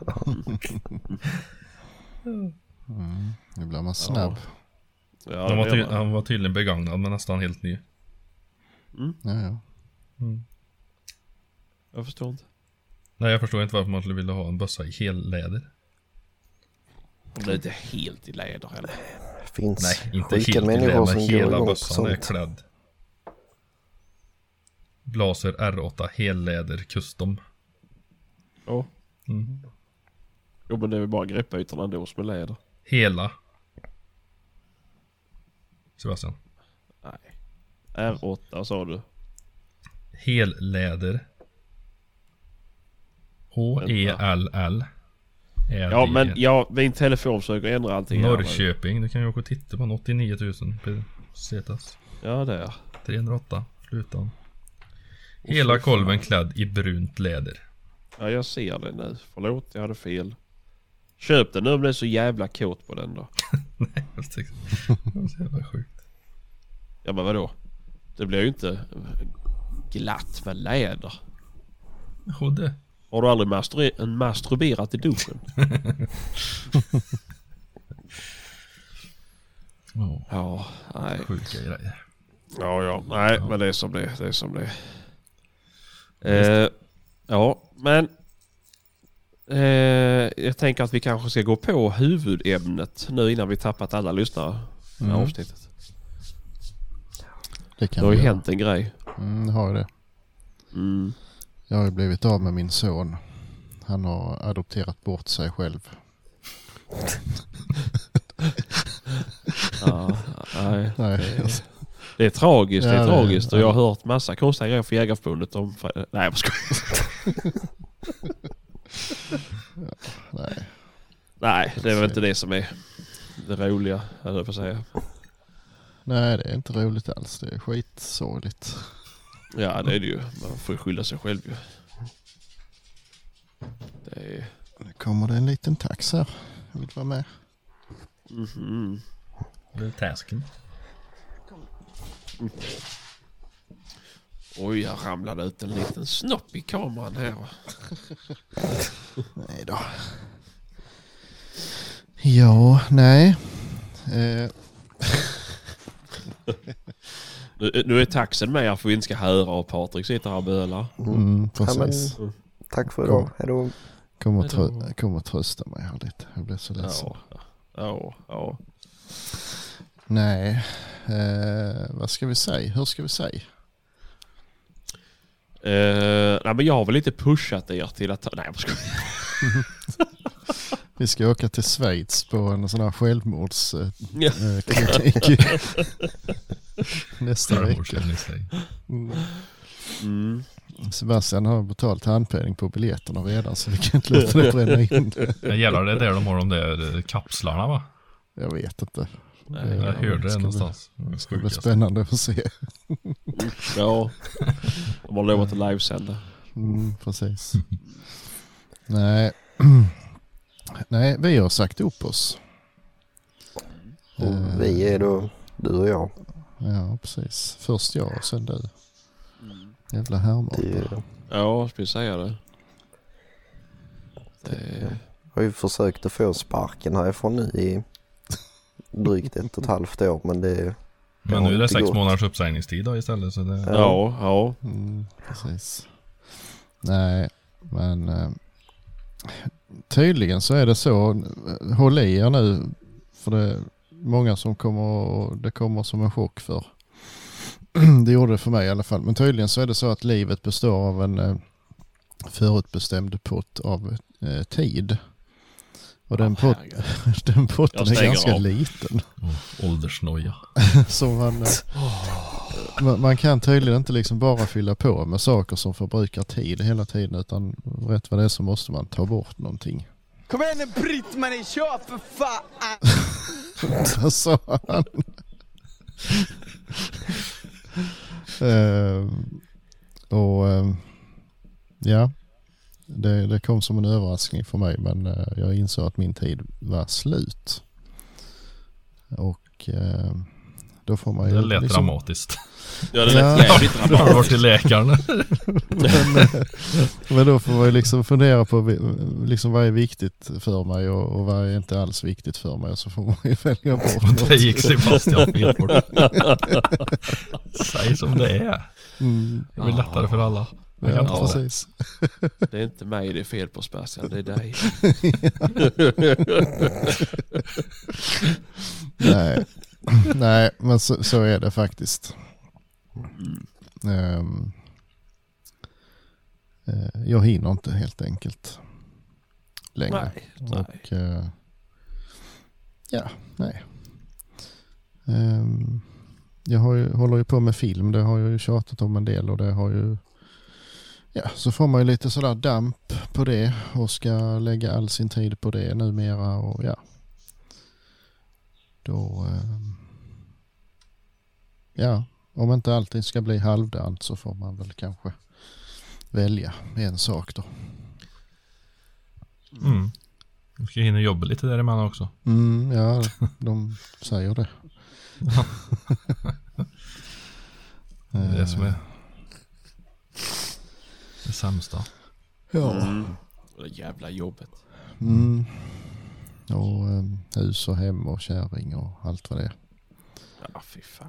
Mm. Nu blir man snabb. Ja, Han var, det ty- gör man. han var tydligen begagnad, men nästan helt ny. Mm. Ja, ja. Mm. Jag förstår inte. Nej, jag förstår inte varför man skulle vilja ha en bössa i helläder. Det är inte helt i läder heller. Det finns Nej, inte sjuka helt i människor läder, som men går hela igång på bössan är sånt. klädd. Blaser R åtta helläder custom. Ja. Mm. Jo, men det är väl bara greppytorna ändå som är läder. Hela. Sebastian. Nej. R åtta sa du. Helläder. H E L L. Är Ja, det men ja, min telefon försöker ändra allting. här. Norrköping, du kan ju åka och titta på en åttionio tusen pesetas. Ja, det är. trehundraåtta, slutan. Hela kolven klädd i brunt läder. Ja, jag ser det nu. Förlåt, jag hade fel. Köp den nu om det är så jävla kåt på den då. Nej, jag tyckte det var så jävla sjukt. Ja, men vadå? Det blir ju inte glatt med läder. Jo, det. Har du aldrig mastur- masturberat i duschen? Oh, Ja, nej. sjuka grejer. Ja, ja. Nej, men det är som det är. Det är som det är. Eh, ja, men eh, jag tänker att vi kanske ska gå på huvudämnet nu innan vi tappat alla lyssnare i Mm. avsnittet. Det Det kan har ju vi göra. hänt en grej. Mm, det har ju det. Mm. Jag har ju blivit av med min son. Han har adopterat bort sig själv. Ja. Nej. Nej. Det, är, det är tragiskt, Ja, det är det- tragiskt. Och ja. jag har hört massa konstiga grejer för Jägarförbundet om... Nej, jag skojar. Nej. Nej, det är väl inte det som är det roliga, eller jag får säga. Nej, det är inte roligt alls. Det är skitsorgligt. Ja, det är det ju. Man får ju skylla sig själv ju. Det är... Nu kommer det en liten tax här. Jag vill vara med. Mhm. Det är tasken. Oj, jag ramlade ut en liten snopp i kameran här. Nej då. Ja, nej. Eh, Nu, nu är taxen med här för vi inte ska höra och Patrik sitter här och bölar. mm, precis. Ja, men, tack för idag. Hejdå. Kom och, Hejdå. trö- kom och trösta mig här lite. Jag blir så ledsen. Ja, ja, ja. Nej, eh, vad ska vi säga? Hur ska vi säga? Eh, nej, men jag har väl lite pushat er till att ta... Nej, jag skojar. Vi ska åka till Schweiz på en sån här självmordsklinik Ja. eh, nästa vecka. Mm. Mm. Sebastian har betalt handpenning på biljetterna redan så vi kan inte låta det bränna in. Jag gillar det där de har de där kapslarna, va? Jag vet inte. Nej, Jag hörde det ska någonstans. bli, ska bli spännande att se. Ja, de har lovat att livesända. Mm, precis. Nej. Nej, vi har sagt upp oss. Och Eh, vi är då du och jag. Ja, precis. Först jag och sen du. Jävla härmar. Det Ja, jag skulle säga det. det... har ju försökt att få sparken härifrån nu i drygt ett och ett halvt år, men det Men nu är det inte sex gått. månaders uppsägningstid då istället, så det... Ja, ja. Mm, precis. Nej, men eh, tydligen så är det så. Håll i er nu, för det är många som kommer, det kommer som en chock för. Det gjorde det för mig i alla fall. Men tydligen så är det så att livet består av en eh, förutbestämd pott av eh, tid. Och den, Åh, pot, herregud. den potten Jag är stänger ganska av. liten. Oh, åldersnoja. Så man, eh, man, man kan tydligen inte liksom bara fylla på med saker som förbrukar tid hela tiden, utan rätt vad det är så måste man ta bort någonting. Kom igen nu Britt-Marie, kör för fan! Så sa han. Ehm, och ehm, ja, det, det kom som en överraskning för mig, men eh, jag insåg att min tid var slut. Och ehm, då får man ju Det lät liksom, dramatiskt. Ja, det Ja. lät jävligt Har du varit dramatiskt. till läkaren? men, eh, men då får man ju liksom fundera på vi- liksom vad är viktigt för mig och, och vad är inte alls viktigt för mig, och så får man ju välja bort något. Det gick Sebastian fel på det. Säg som det är. Mm, Det blir lättare för alla. Jag kan ja, ta det. precis. Det är inte mig det är fel på, Sebastian, det är dig. Nej, nej, men så, så är det faktiskt. Um, uh, jag hinner inte helt enkelt längre. Nej, nej. Och uh, ja, nej. Um, jag har ju, håller ju på med film, det har jag ju tjatat om en del, och det har ju, ja, så får man ju lite sådär damp på det och ska lägga all sin tid på det numera, och ja. Då, um, ja, om inte allting ska bli halvdant så får man väl kanske välja en sak då. Mm. Du ska hinna jobba lite däremellan också. Mm, ja, de säger det. Det är det som är det sämsta. Ja. Mm. Det jävla jobbet. Mm. Och um, hus och hem och kärring och allt vad det är. Ja, fy fan.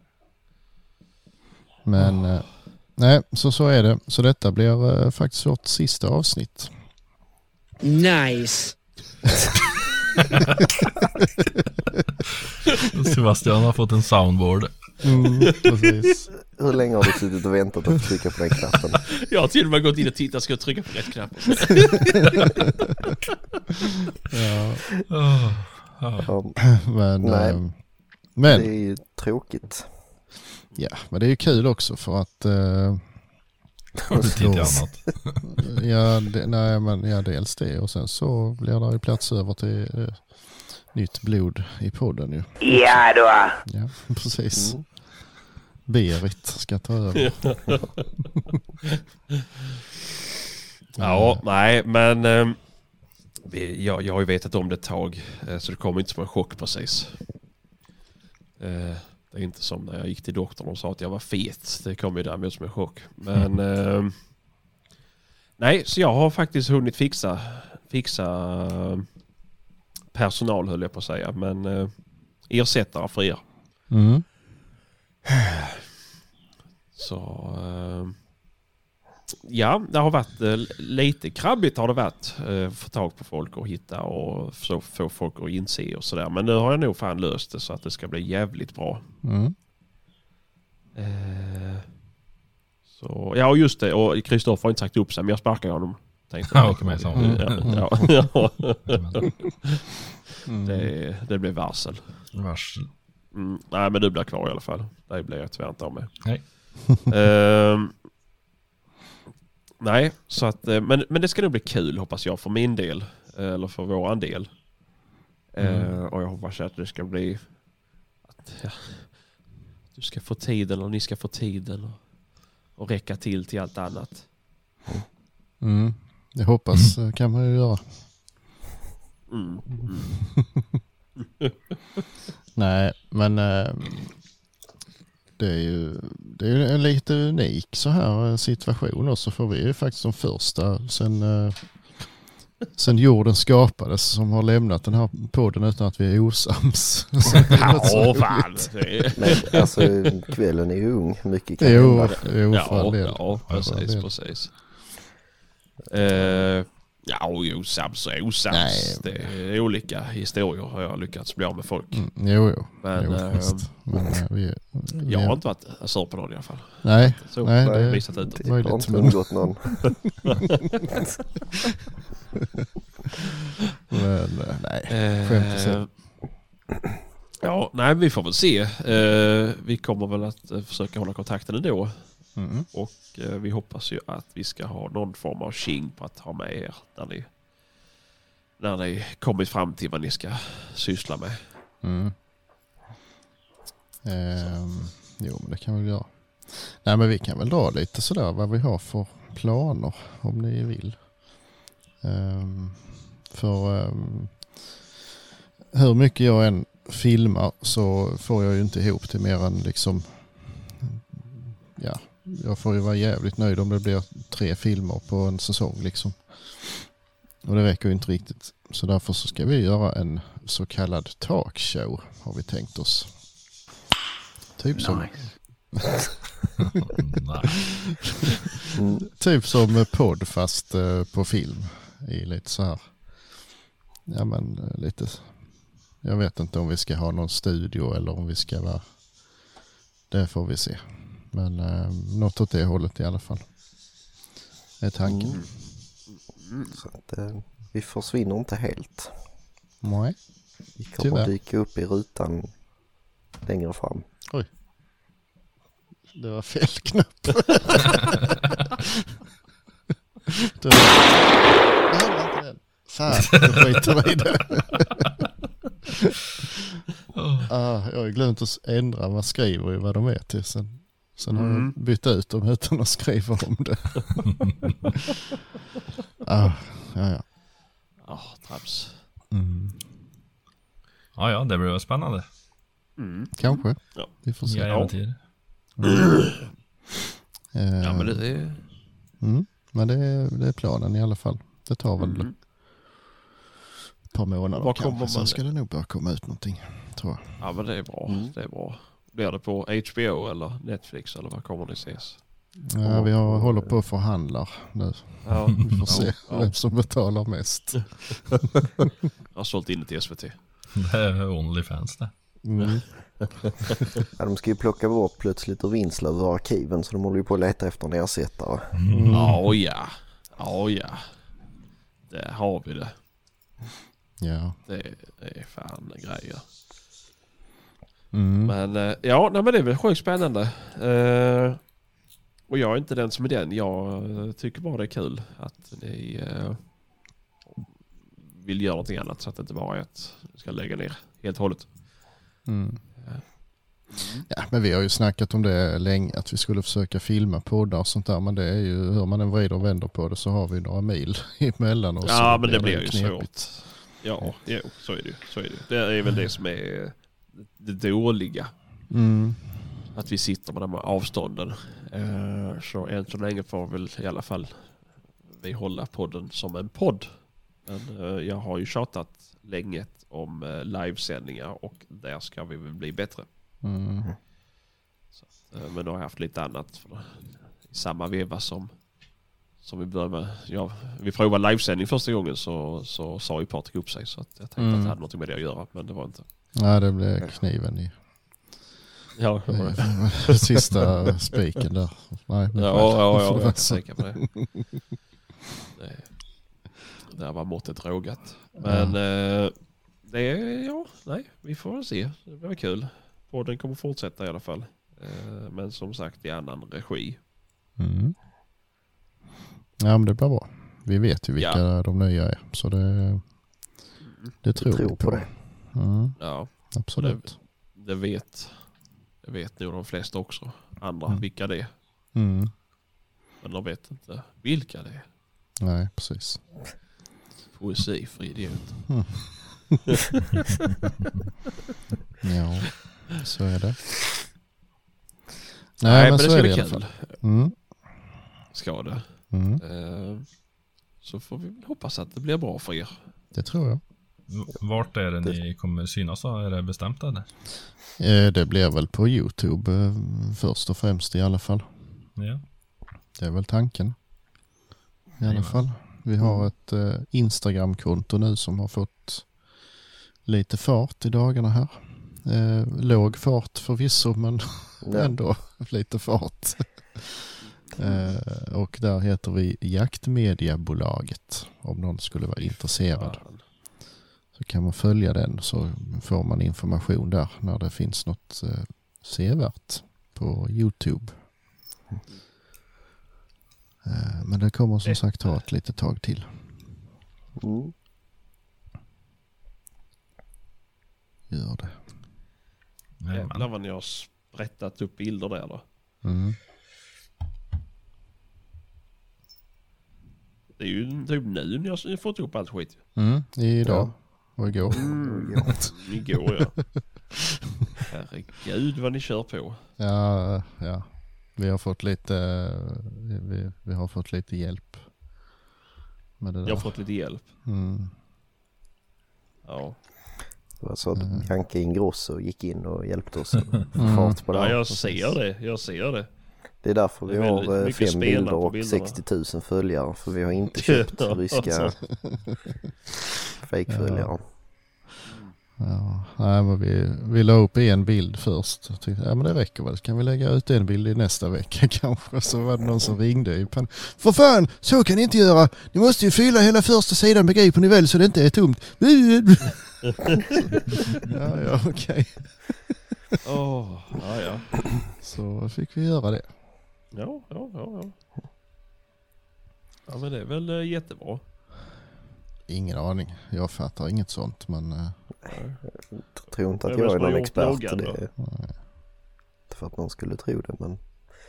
Men eh, nej, så så är det. Så detta blir eh, faktiskt vårt sista avsnitt. Nice! Sebastian har fått en soundboard. Mm, precis. Hur länge har du suttit och väntat att trycka på den knappen? Jag har till och med gått in och tittat, ska jag trycka på rätt knapp? Ja, Oh, oh. Ja, men Nej. eh, Men, det är ju tråkigt. ja, men det är ju kul också för att... Uh, Har du tid till annat? ja, det, nej, men, ja, dels det. Och sen så blir det ju plats över till uh, nytt blod i podden ju. Ja då. Ja, precis. Mm. Berit ska ta över. Ja, nej, men eh, vi, jag, jag har ju vetat om det ett tag, eh, så det kommer inte som en chock precis. Eh, det är inte som när jag gick till doktorn och sa att jag var fet. Det kom ju därmed som en chock. Men eh, nej, så jag har faktiskt hunnit fixa fixa eh, personal, höll jag på att säga, men eh, ersättare för er. Mm. Så eh, ja, det har varit eh, lite krabbigt har det varit. Eh, få tag på folk och hitta och så få folk att inse och sådär. Men nu har jag nog fan löst det så att det ska bli jävligt bra. Mm. Eh, så, ja, just det. Och Kristoffer har inte sagt upp sig, men jag sparkar honom. Tänkte Ja, okej, med samma. ja, ja, ja. Mm. Det, det blev varsel. Varsel. Mm, nej, men du blir kvar i alla fall. Det blir jag tyvärr inte av med. Nej. Eh, nej, så att, men, men det ska nog bli kul hoppas jag för min del. Eller för våran del. Mm. Eh, och jag hoppas att det ska bli att ja, du ska få tiden och ni ska få tiden och, och räcka till till allt annat. Mm. Jag hoppas mm. kan man ju göra. Mm. Mm. Nej, men äh, det är ju det är ju en lite unik så här situation och så får vi ju faktiskt som första sen, äh, sen jorden skapades som har lämnat den här podden utan att vi är osams. Ja, fan. Men alltså kvällen är ju ung, mycket kan Jo, hända. jo för Ja, all del. ja, precis, del. precis. Uh, ja, osams och osams. Nej. Det är olika historier har jag lyckats bli av med folk. Mm, jo, jo. Men, jo äh, visst. Men äh, vi, vi, jag har inte varit sur på någon i alla fall. Nej, Så nej, det har det- visat ut. Det har möjligt, inte men- undgått någon. men äh, nej. Skämt åsido. Eh, ja, nej, vi får väl se. Eh, vi kommer väl att eh, försöka hålla kontakten ändå. Mm. Och eh, vi hoppas ju att vi ska ha någon form av tjing på att ha med er när ni, när ni kommit fram till vad ni ska syssla med. Mm. Ehm, jo, men det kan vi väl göra. Nej, men vi kan väl dra lite sådär vad vi har för planer om ni vill. Ehm, för ehm, hur mycket jag än filmar så får jag ju inte ihop till mer än liksom, ja, jag får ju vara jävligt nöjd om det blir tre filmer på en säsong liksom. Och det räcker ju inte riktigt. Så därför så ska vi göra en så kallad talkshow har vi tänkt oss. Typ som, Nej. Mm. typ som podd fast eh, på film. I lite så här. Ja men eh, lite. Jag vet inte om vi ska ha någon studio eller om vi ska vara. Det får vi se. Men eh, något åt det hållet i alla fall. Är tanken. Mm. Så att, eh, vi försvinner inte helt. Nej. Vi kommer Tyvärr. dyka upp i rutan längre fram. Det var fel knapp. det var... Det var inte den. Fan, jag skiter vi i det. ah, jag har glömt att ändra vad skriver i vad de är till. Sen, sen har Mm. jag bytt ut dem utan att skriva om det. ah, ja, ja. Ja, trams. Mm. Ja, ja, det blir väl spännande. Mm. Kanske. Ja. Vi får se. Ja, äventyr. Eh, Ja, men det är... mm, men det är, det är planen i alla fall. Det tar väl Mm. ett par månader Var kanske. kommer Sen man- ska det nog börja komma ut någonting, tror jag. Ja, men det är bra. Mm. Det är bra. Blir det på H B O eller Netflix eller vad kommer det ses? Ja, vi har, håller på att förhandla nu. Ja, Vi får se ja. vem som betalar mest. Jag har sålt in det till S V T. Det är Onlyfans det. Mm. Ja, de ska ju plocka bort plötsligt ur Vinslöv ur arkiven så de håller ju på att leta efter en ersättare. Mm. Ja, ja. Ja, ja. Där har vi det. Ja. Det är fan grejer. Mm. Men eh, ja, nej, men det är väl sjukt spännande. Eh, och jag är inte den som är den. Jag eh, tycker bara det är kul att ni eh, vill göra någonting annat så att det inte bara är att vi ska lägga ner helt och hållet. Mm. Ja, men vi har ju snackat om det länge, att vi skulle försöka filma poddar och sånt där, men det är ju, hur man än vrider och vänder på det så har vi några mil emellan oss. Ja, men det blir ju knepigt. svårt. Ja, jo, så är det ju. Så är det ju. Det är väl det som är det dåliga. Mm. Att vi sitter med de här avstånden. Eh, så än så länge får väl i alla fall vi hålla podden som en podd. Men eh, jag har ju tjatat länge om eh, livesändningar och där ska vi väl bli bättre. Mm. Så, eh, men då har jag haft lite annat för, i samma veva som som vi började med. Ja, vi provade livesändning första gången så, så sa ju Patrik upp sig så att jag tänkte Mm. att det hade något med det att göra, men det var inte. Ja, det blev kniven i Ja, det var det. sista spiken där. Nej, men Ja, ja, ja, jag är inte säker på det. det. Där var måttet rågat. Men Ja. eh, det är, ja, nej, vi får väl se. Det blir kul. Podden kommer fortsätta i alla fall. Eh, men som sagt i annan regi. Mm. Ja, men det blir bra. Vi vet ju vilka Ja. de nya är, så det, det tror tror vi på på. det. Mm, Ja, absolut. det vet. Det vet nog de flesta också. Andra Mm. vilka det är. Mm. Men de vet inte vilka det är. Nej, precis. Poesi för idiot. Ja, så är det. Nej, Nej, men, men så det ska är det bli i alla kul. fall. Mm. Ska det. Mm. Eh, så får vi hoppas att det blir bra för er. Det tror jag. V- Vart är det ni kommer synas då? Är det bestämt eller? Eh, Det blir väl på YouTube eh, först och främst i alla fall. Ja. Det är väl tanken. I alla Jajamän. fall. Vi har ett eh, Instagram-konto nu som har fått lite fart i dagarna här. Eh, låg fart förvisso, men Ja. ändå lite fart. eh, och där heter vi Jaktmediabolaget. Om någon skulle vara intresserad Fan. så kan man följa den, så får man information där när det finns något eh, sevärt på YouTube. Eh, men det kommer som sagt ta ett litet tag till. Mm. Gör det. Jajamän. Jävlar vad ni har sprättat upp bilder där då. Mm. Det är ju typ nu ni har fått upp allt skit. Mm. Idag och igår. Mm. Igår ja. Herregud vad ni kör på. Ja, ja. Vi har fått lite vi, vi har fått lite hjälp med det där. Jag har fått lite hjälp. Mm. Ja. Det var så att Mm. Janke Ingrosso gick in och hjälpte oss att få fart på det Ja, här. jag ser det. Jag ser det. Det är därför vi Det är väldigt har eh, mycket fem spelare bilder på och bilderna. sextio tusen följare. För vi har inte köpt Ja, ryska alltså. fejkföljare. Ja, nej, men vi, vi la upp en bild först. Jag tänkte, ja men det räcker väl. Kan vi lägga ut en bild i nästa vecka kanske? Så var det någon som ringde i pan. För fan, så kan ni inte göra. Ni måste ju fylla hela första sidan, begriper ni väl, så det inte är tomt. ja, ja, okej. Åh, ja, ja. Så fick vi göra det. Ja, ja, ja, ja. Ja, men det är väl eh, jättebra. Ingen aning. Jag fattar inget sånt, men eh, Jag tror inte att Vem är det jag är som har någon gjort expert. loggan Det då? är inte för att någon skulle tro det, men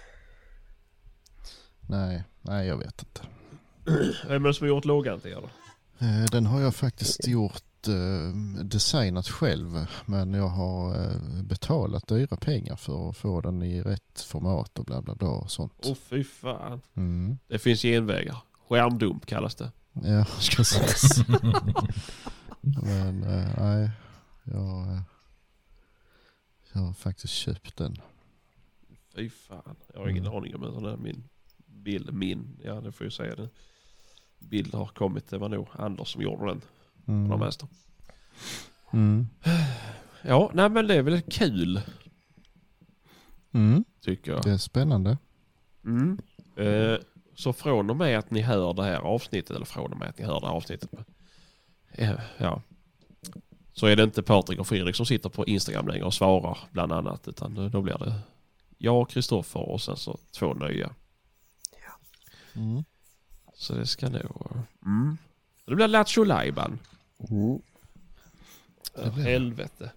nej, nej jag vet inte. Vem är det som har gjort loggan till er då? Eh, Den har jag faktiskt gjort, eh, designat själv, men jag har eh, betalat dyra pengar för att få den i rätt format och bla bla bla och sånt. Åh fy fan. Mm. Det finns genvägar. Skärmdump kallas det. Ja, precis. Men eh, nej, jag, eh, jag har faktiskt köpt den. Fy fan. Jag har ingen Mm. aning om en sån där min bild. Min, ja det får jag säga det. Bild har kommit. Det var nog Anders som gjorde den. Mm. De mesta. Mm. Ja, nej men det är väl kul. Mm. Tycker jag. Det är spännande. Mm. Eh, så från och med att ni hör det här avsnittet, eller från och med att ni hör det här avsnittet, eh, ja, så är det inte Patrik och Fredrik som sitter på Instagram längre och svarar bland annat, utan då blir det jag och Kristoffer och sen så två nya. Mm. Så det ska nog... Mm. Det blir Lattjo Lajban. Mm. Ja, helvete.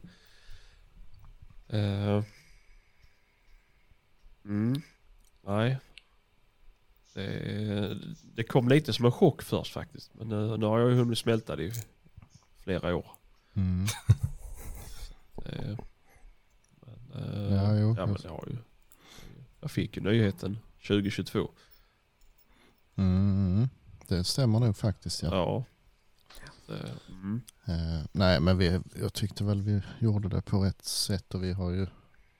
Uh. Mm. Nej. Det, det kom lite som en chock först faktiskt. Men nu, nu har jag ju hunnit smälta det i flera år. Mm. Uh. Men, uh, Ja, jo. ja, men jag har ju... Jag fick ju nyheten tjugohundratjugotvå. Mm. Det stämmer nog faktiskt, ja. Ja. Det, mm. Eh, nej, men vi, jag tyckte väl vi gjorde det på rätt sätt och vi har ju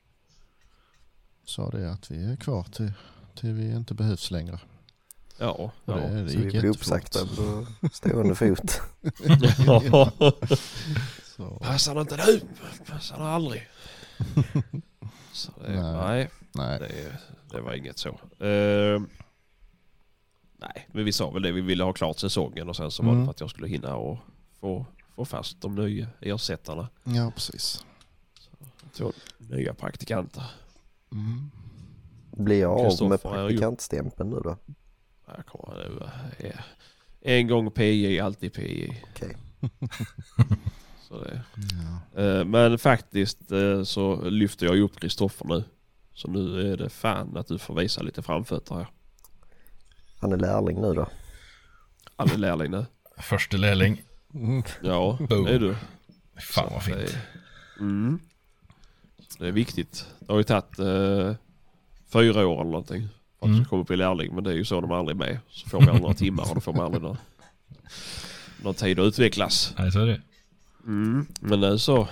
sa det att vi är kvar till, till vi inte behövs längre. Ja, Och ja. det, det Så vi gick blir jättefort. uppsagda på stående fot. ja. Så, Passar det inte nu? Passar det aldrig? Så det, nej, Nej. nej. det, det var inget så. Uh, nej, men vi sa väl det. Vi ville ha klart säsongen och sen så var det Mm. för att jag skulle hinna och få, få fast de nya ersättarna. Ja, precis. Två nya praktikanter. Mm. Blir jag av med Kristoffer är ju- praktikantstämpeln nu då? Jag kommer nu. Ja. En gång P J, alltid P J. Okej. Så det. Ja. Eh, Men faktiskt eh, så lyfter jag upp Kristoffer nu. Så nu är det fan att du får visa lite framfötter här. Han är lärling nu då? Han är lärling nu. Första lärling. Mm. Ja, Boom. det är du. Fan vad Så det fint. är- Mm. Det är viktigt. Det har ju tagit eh, fyra år eller någonting för att Mm. mm. komma upp i lärling. Men det är ju så de är aldrig med. Så får man aldrig några timmar och då får man aldrig någon, någon tid att utvecklas. Nej, så är det. Mm. Men nu så...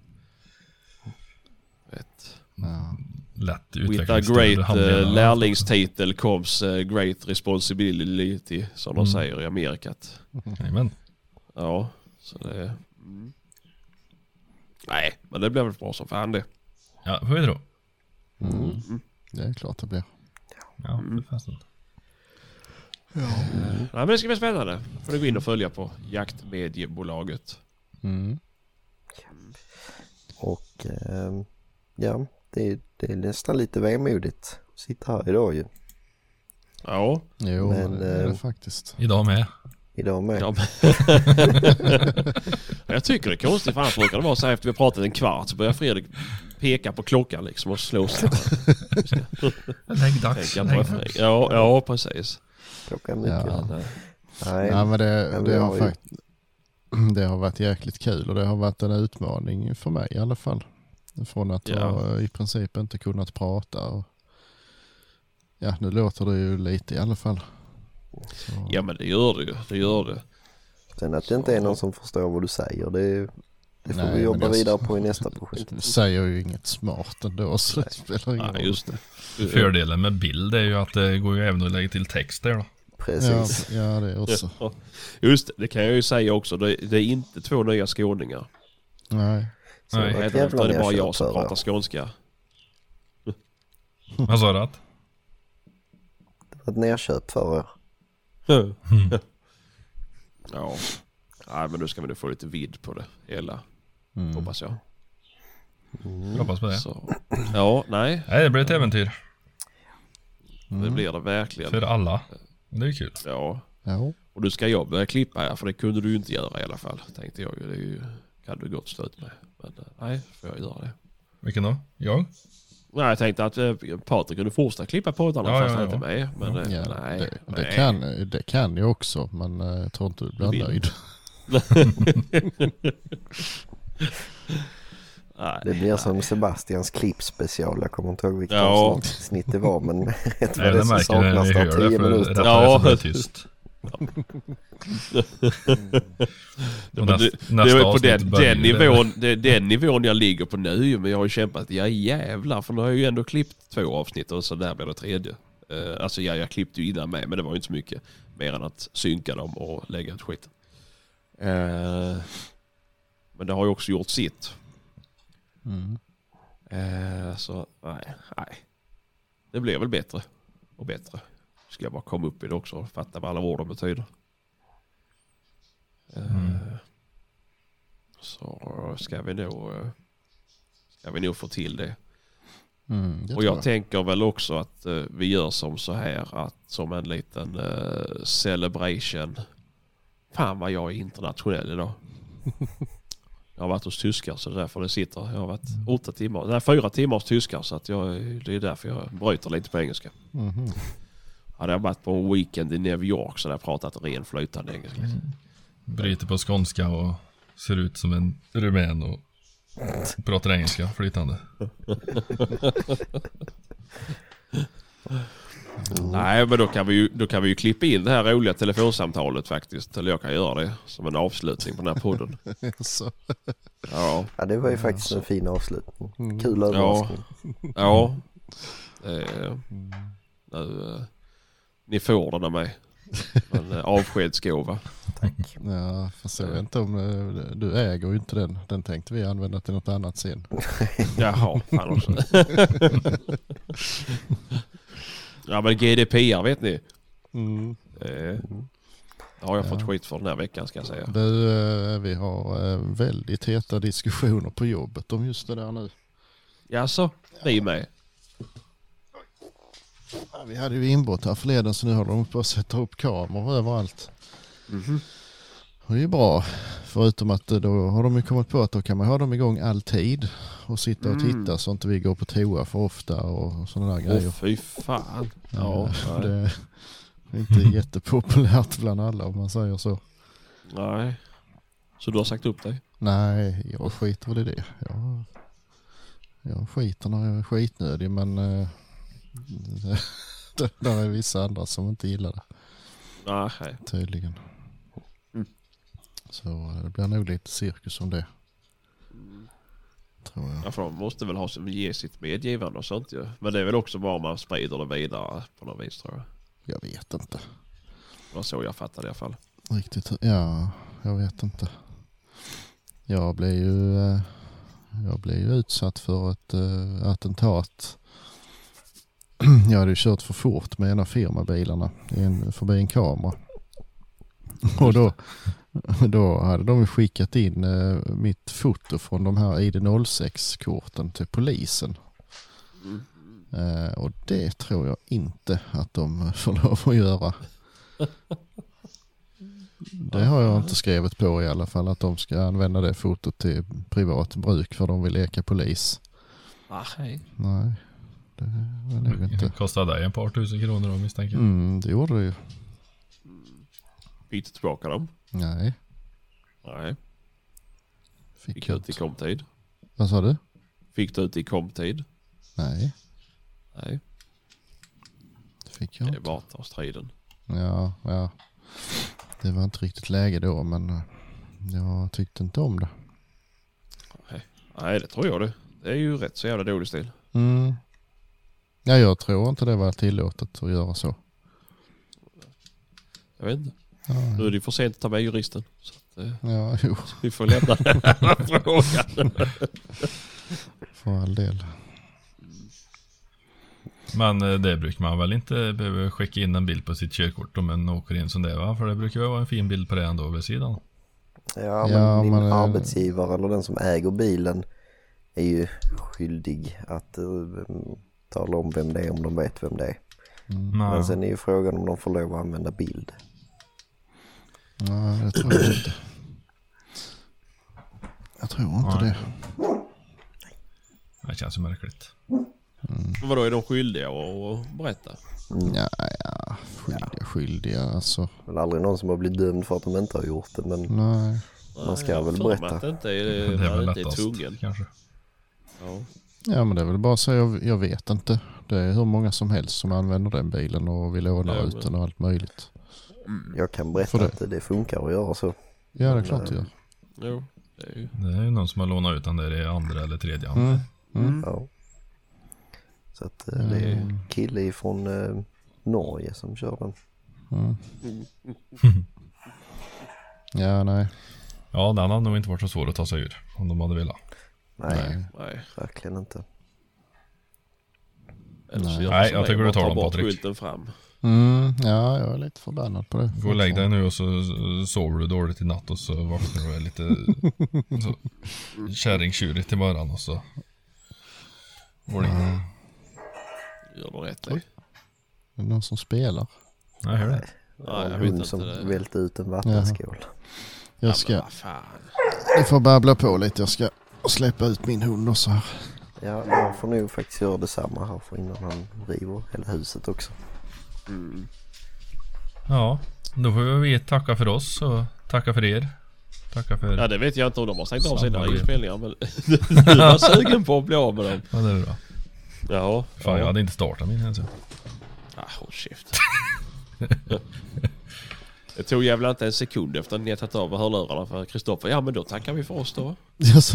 Vet. Ja. Lätt With a utvecklingsstöd. great Han menar- uh, lärlingstitel comes uh, great responsibility, som Mm. de säger i Amerikat. Jajamän. Ja, så det... Mm. Nej, men det blir väl bra som fan det. Ja, får vi tro. Mm. Mm. Det är klart det blir. Ja, Mm. det är fast. Nej, men det ska bli spännande. Får du gå in och följa på Jaktmediebolaget. Mm. Och ehm, ja, det, det är nästan lite vemodigt att sitta här idag ju. Ja. Jo, Men, men, det är det eh, faktiskt. Idag med. Idag med. ja. Jag tycker det är konstigt, för annars brukar det vara så här efter vi har pratat en kvart så börjar Fredrik peka på klockan liksom och slå sig. Lägg dags. Tänka på Fredrik. Ja, ja, precis. Klockan är mycket. Ja. Men, eh, Nej, Ja, men det, men det, vi har har ju- fakt- det har varit jäkligt kul och det har varit en utmaning för mig i alla fall. Från att Ja. ha i princip inte kunnat prata. Och, ja, nu låter det ju lite i alla fall. Så, ja, men det gör det ju. Det gör det. sen att det inte är någon som förstår vad du säger, det, det får Nej, vi men jobba jag- vidare på i nästa projekt. Du säger ju inget smart ändå så det spelar ingen Ja, roll. just det. Fördelen med bild är ju att det går ju även att lägga till text där då. Ja, Precis. ja, det också. Ja. Just det, det kan jag ju säga också. Det, det är inte två nya skåningar. Nej. Så Nej. det var ett Även efter jävla det är bara jag nerköp som för pratar er. skånska. Vad sa du att? Det var ett nerköp för er. Ja. Nej, men nu ska vi nu få lite vidd på det hela, Mm. hoppas jag. Mm. Hoppas på det. Så. Ja, nej. Nej, det blir ett äventyr. Det Mm. blir det verkligen. För alla. Det är ju kul. Ja. Ja. Och du ska jag börja klippa här, för det kunde du ju inte göra i alla fall. Tänkte jag ju. Det är ju, kan du gott stå ut med. Men eh, nej, får jag göra det. Vilken då? Jag? Nej, jag tänkte att eh, Patrik kunde fortsätta klippa poddarna Ja, fast ja, han ja. inte är med. Men eh, Ja, nej. det, det, nej. kan, det kan jag också, men eh, jag tror inte du blir Du vill. nöjd. Nej, Det blir nej. som Sebastians klippspecial. Jag kommer inte ihåg vilket Ja. avsnitt det var, men rätt Nej, vad det det så märker när saknas ni det hör det. tio För rätt minuter. vad Ja. det är så blir det tyst. Det, Och men nästa, det, nästa det är på avsnitt den, börjar den, ju- nivån, det är den nivån jag ligger på nu, men jag har ju kämpat, ja jävlar, för nu har jag ju ändå klippt två avsnitt och så där blir det tredje. Uh, alltså ja, jag klippte ju innan med, men det var ju inte så mycket mer än att synka dem och lägga ut skiten. Uh, men det har ju också gjort sitt. Mm. Uh, så nej, nej. Det blir väl bättre och bättre. Ska jag bara komma upp i det också och fatta vad alla orden betyder. Uh, Mm. så ska vi nog, ska vi nog få till det. Mm, det och jag, jag tänker väl också att uh, vi gör som så här, att som en liten uh, celebration. Fan vad jag är internationell idag. Jag har varit hos tyskar så det är därför det sitter. Jag har varit åtta timmar, nej fyra timmar hos tyskar så att jag, det är därför jag bryter lite på engelska. Mm-hmm. Hade jag varit på en weekend i New York så hade jag pratat ren flytande engelska. Mm. Bryter på skånska och ser ut som en rumän och pratar engelska flytande. Mm. Nej, men då kan, vi ju, då kan vi ju klippa in det här roliga telefonsamtalet faktiskt. Eller jag kan göra det som en avslutning på den här podden. Så. Ja. Ja, det var ju faktiskt en fin avslutning. Mm. Kul överraskning. Ja. Ja. Eh, nu, eh, ni får den av mig. En eh, avskedsgåva. Tack. Ja, fast jag vet inte om eh, du äger ju inte den. Den tänkte vi använda till något annat sen. Jaha, fan också. Ja, men G D P R vet ni. Mm. Eh, det har jag fått skit för den här veckan ska jag säga. Du, eh, vi har eh, väldigt heta diskussioner på jobbet om just det där nu. Jaså, vi med. Ja, vi hade ju inbrott här förleden så nu har de på att sätta upp kameror överallt. Mm-hmm. Och det är bra. Förutom att då har de ju kommit på att då kan man ha dem igång alltid. Och sitta och titta mm. så inte vi går på toa för ofta och sådana där Åh, grejer. oh, fy fan. Ja, Ja, det är inte jättepopulärt bland alla om man säger så. Nej. Så du har sagt upp dig? Nej, jag skiter väl i det. Jag, jag skiter när jag är skitnödig men äh, det, där är vissa andra som inte gillar det. Nej. Tydligen. Mm. Så det blir nog lite cirkus om det. Tror jag. Ja, för de måste väl ha som ge sitt medgivande och sånt ju. Men det är väl också bara man sprider det vidare på något vis tror jag. Jag vet inte. Det var så jag fattade i alla fall. Riktigt, ja, jag vet inte. Jag blev ju jag blev ju utsatt för ett uh, attentat. Jag hade ju kört för fort med en av firmabilarna en, förbi en kamera. Och då, då hade de skickat in uh, mitt foto från de här I D noll sex-korten till polisen. Mm. Uh, och det tror jag inte att de får lov att göra. Det har jag inte skrivit på i alla fall, att de ska använda det fotot till privat bruk för de vill leka polis. Ah, hej. Nej, det var nog inte. Kostar dig ett par tusen kronor då misstänker jag. Mm, det gjorde det ju. Fick du tillbaka dem? Nej. Nej. Fick, Fick du ut i komtid? Vad sa du? Fick du ut i komtid? Nej. Nej. Fick jag det är inte. bara att ta striden. Ja, ja. Det var inte riktigt läge då, men jag tyckte inte om det. Nej, Nej det tror jag det. Det är ju rätt så jävla dålig stil. Mm. Ja, jag tror inte det var tillåtet att göra så. Jag vet inte. Ja, Nu är det för sent att ta med juristen. Så att, eh, ja jo. vi får lämna den här frågan. För all del. Men det brukar man väl inte behöva skicka in en bild på sitt körkort om en åker in som det va? För det brukar ju vara en fin bild på det ändå vid sidan. Ja, men Ja, din men, arbetsgivare eller den som äger bilen är ju skyldig att uh, tala om vem det är om de vet vem det är. Mm. Men sen är ju frågan om de får lov att använda bild. Ja, det tror jag inte. Jag tror inte Nej. det. Det känns ju märkligt. Mm. Vadå, är de skyldiga att berätta? Mm. Ja, ja, skyldiga, skyldiga alltså. Det är aldrig någon som har blivit dömd för att de inte har gjort det, men Nej. man ska Nej, väl jag har för mig berätta. att det inte är, Det är väl inte är lättast tvungen. kanske. Ja. Ja, men det är väl bara att säga, jag, jag vet inte. Det är hur många som helst som använder den bilen och vill låna Ja, ut men- den och allt möjligt. Jag kan För berätta det. att det, det funkar att göra så. Ja, det är klart det gör. Jo, det är ju... Det är ju någon som har lånat ut den där i andra eller tredje hand. Mm. Mm. Ja. Så att eh, det är en kille ifrån eh, Norge som kör den. Mm. Ja, nej. Ja, den hade nog inte varit så svår att ta sig ur om de hade velat. Nej, Nej. Nej. verkligen inte. Eller så Nej. gör Nej, som jag mig, tycker du bara tar dem, bort Patrik. skylten fram. Mm, ja, jag är lite förbannad på det. Gå och lägg dig nu och så sover du dåligt i natt och så vaknar du och är lite så, kärringtjurigt i morgon och så går det in. Mm. Gör du rätt i. Är det någon som spelar? Jag hör det. Ja, jag en vet hund inte som det. välte ut en vattenskål. Jag ska, Ja, men vad fan. ni får babbla på lite. Jag ska släppa ut min hund och så här. Ja, jag får nog faktiskt göra detsamma här för innan han river hela huset också. Mm. Ja, då får vi tacka för oss och tacka för er. Tacka för... Ja, det vet jag inte om de har stängt av sina Samarbete. inspelningar, men du var sugen på att bli av med dem. Ja, det är bra. Ja. Fan, jag hade inte startat min ens. Ah, håll käft. Det tog jävla inte en sekund efter att ni har tagit av hörlurarna för Kristoffer. Ja, men då tackar vi för oss då. Yes.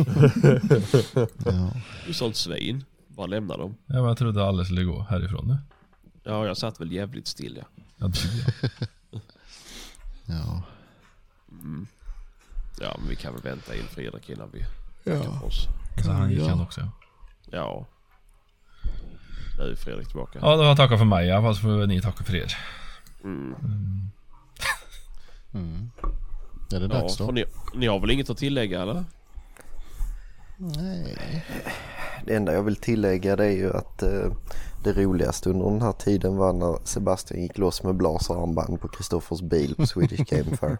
Ja. Du är sånt svin. Bara lämna dem. Ja, men jag trodde alla skulle gå härifrån nu. Ja, jag satt väl jävligt still, ja. Ja, det tycker jag. Ja. Mm. Ja, men vi kan väl vänta in Fredrik innan vi Ja. tackar för oss. Så han gick Ja. han också, ja. Ja. Nu är Fredrik tillbaka. Ja, då har jag tackat för mig. Ja, fast får ni tacka för er. Mm. Mm. Är det Ja, dags då? för ni, ni har väl inget att tillägga, eller? Nej. Det enda jag vill tillägga det är ju att eh, det roligaste under den här tiden var när Sebastian gick loss med blaserarmband på Kristoffers bil på Swedish Game Fair.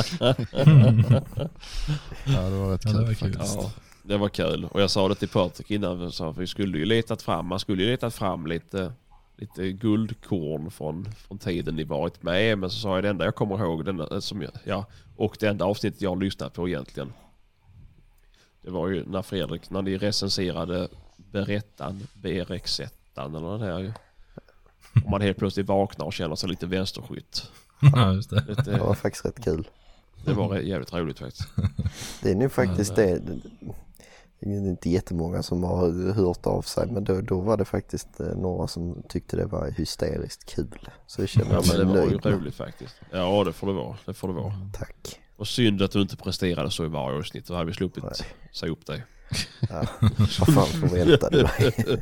Ja, det var rätt Ja, det kul var kul. faktiskt. Ja, det var kul. Och jag sa det till Patrik innan, vi sa, för vi skulle ju letat fram, man skulle ju letat fram lite, lite guldkorn från, från tiden ni varit med. Men så sa jag det enda jag kommer ihåg, den, som jag, ja, och det enda avsnittet jag har lyssnat på egentligen. Det var ju när Fredrik, när ni recenserade Berättan, Beräxettan eller det här. Och man helt plötsligt vaknar och känner sig lite vänsterskytt. Ja, just det. Det Det, var faktiskt rätt kul. det var jävligt roligt faktiskt. Det är nu faktiskt det. Det är inte jättemånga som har hört av sig, men då, då var det faktiskt eh, några som tyckte det var hysteriskt kul. Så det känner Ja, jag men det mig var ju nöjd med. roligt faktiskt. Ja, det får det vara. Det får det vara. Tack. Och synd att du inte presterade så i varje avsnitt. Då hade vi sluppit Nej. säga upp dig. Ja, vad fan förväntade du dig?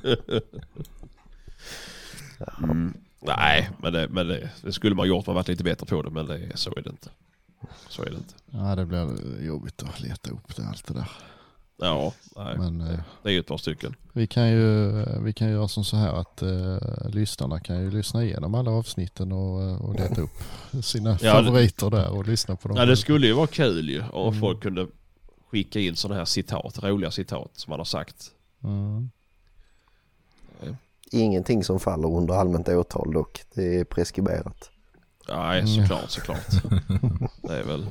Mm. Nej, men, det, men det, det skulle man gjort. Man varit lite bättre på det, men det, så är det inte. Så är det inte. Ja, det blir jobbigt att leta upp det, allt det där. Ja, nej. Men eh, Det, det är ju ett par stycken. vi kan ju vi kan göra som så här att eh, lyssnarna kan ju lyssna igenom alla avsnitten och, och leta upp sina Ja, favoriter där och lyssna på dem. Ja, det skulle ju vara kul ju om Mm. folk kunde skicka in sådana här citat, roliga citat som man har sagt. Mm. Ingenting som faller under allmänt åtal dock. Det är preskriberat. Nej, Mm. såklart, såklart. Det är väl...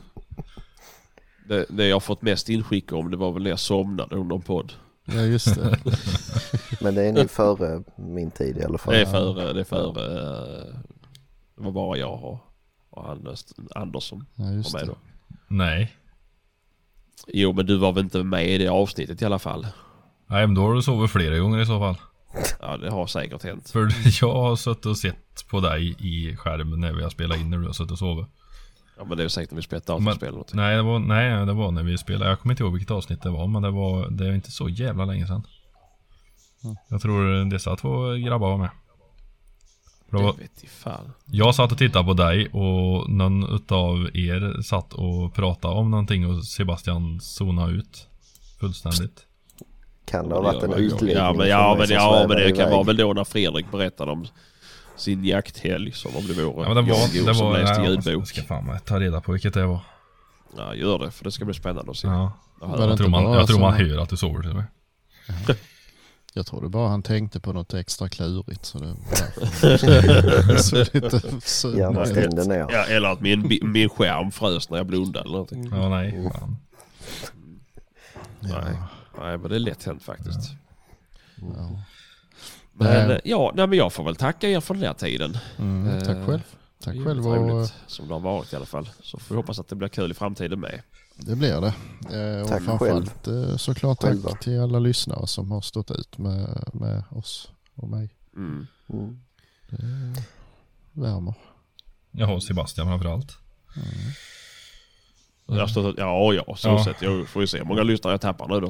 Det, det jag har fått mest inskick om, det var väl när jag somnade under en podd. Ja, just det. Men det är nog före min tid i alla fall. Det är före, det är före... eh, Det var bara jag och, och han, Anders som Ja, just var med det. då. Nej. Jo, men du var väl inte med i det avsnittet i alla fall? Nej, men då har du sovit flera gånger i så fall. Ja, det har säkert hänt. För jag har suttit och sett på dig i skärmen när vi har spelat in när du har suttit och sovit. Ja, men det är säkert när vi spelat Men- datorspel eller någonting. Nej det, var, nej, det var när vi spelade. Jag kommer inte ihåg vilket avsnitt det var, men det var, det är inte så jävla länge sedan. Mm. Jag tror dessa två grabbar var med. För det Det var, vet i fan. jag satt och tittade på dig och någon utav er satt och pratade om någonting och Sebastian zonade ut fullständigt. Kan det ha varit en Ja, utläggning Ja, men, från ja, mig men, som ja, men svävade det kan iväg? vara väl då när Fredrik berättade om sin jakthelg som om det vore Ja, men det var, jag det som var läste nej, ljudbok. jag ska fan med ta reda på vilket det var. Ja, gör det, för det ska bli spännande att se. Ja. Ja, Var det Jag inte tror man, bara jag tror så- man hör att du sover till mig. Jag tror det bara han tänkte på något extra klurigt. Så det var så lite så, Gärna stängde ner. Ja, eller att min, bi- min skärm frös när jag blundade eller någonting. Ja nej, fan. ja, Nej. Nej, men det är lätt hänt faktiskt. ja. Men Nej. eh, ja, nej, men jag får väl tacka er för den här tiden. Mm, tack Eh, själv. Det Tack är själv. jävligt Och, roligt, som det har varit i alla fall. Så får vi hoppas att det blir kul i framtiden med. det blir det. Eh, och Tack framförallt eh, såklart tack Själva. till alla lyssnare som har stått ut med, med oss och mig. Mm. Mm. Det värmer. Jag har Sebastian framförallt. Jag har stått, ja, ja, så Ja. sett. Jag får ju se hur många lyssnare jag tappar nu då.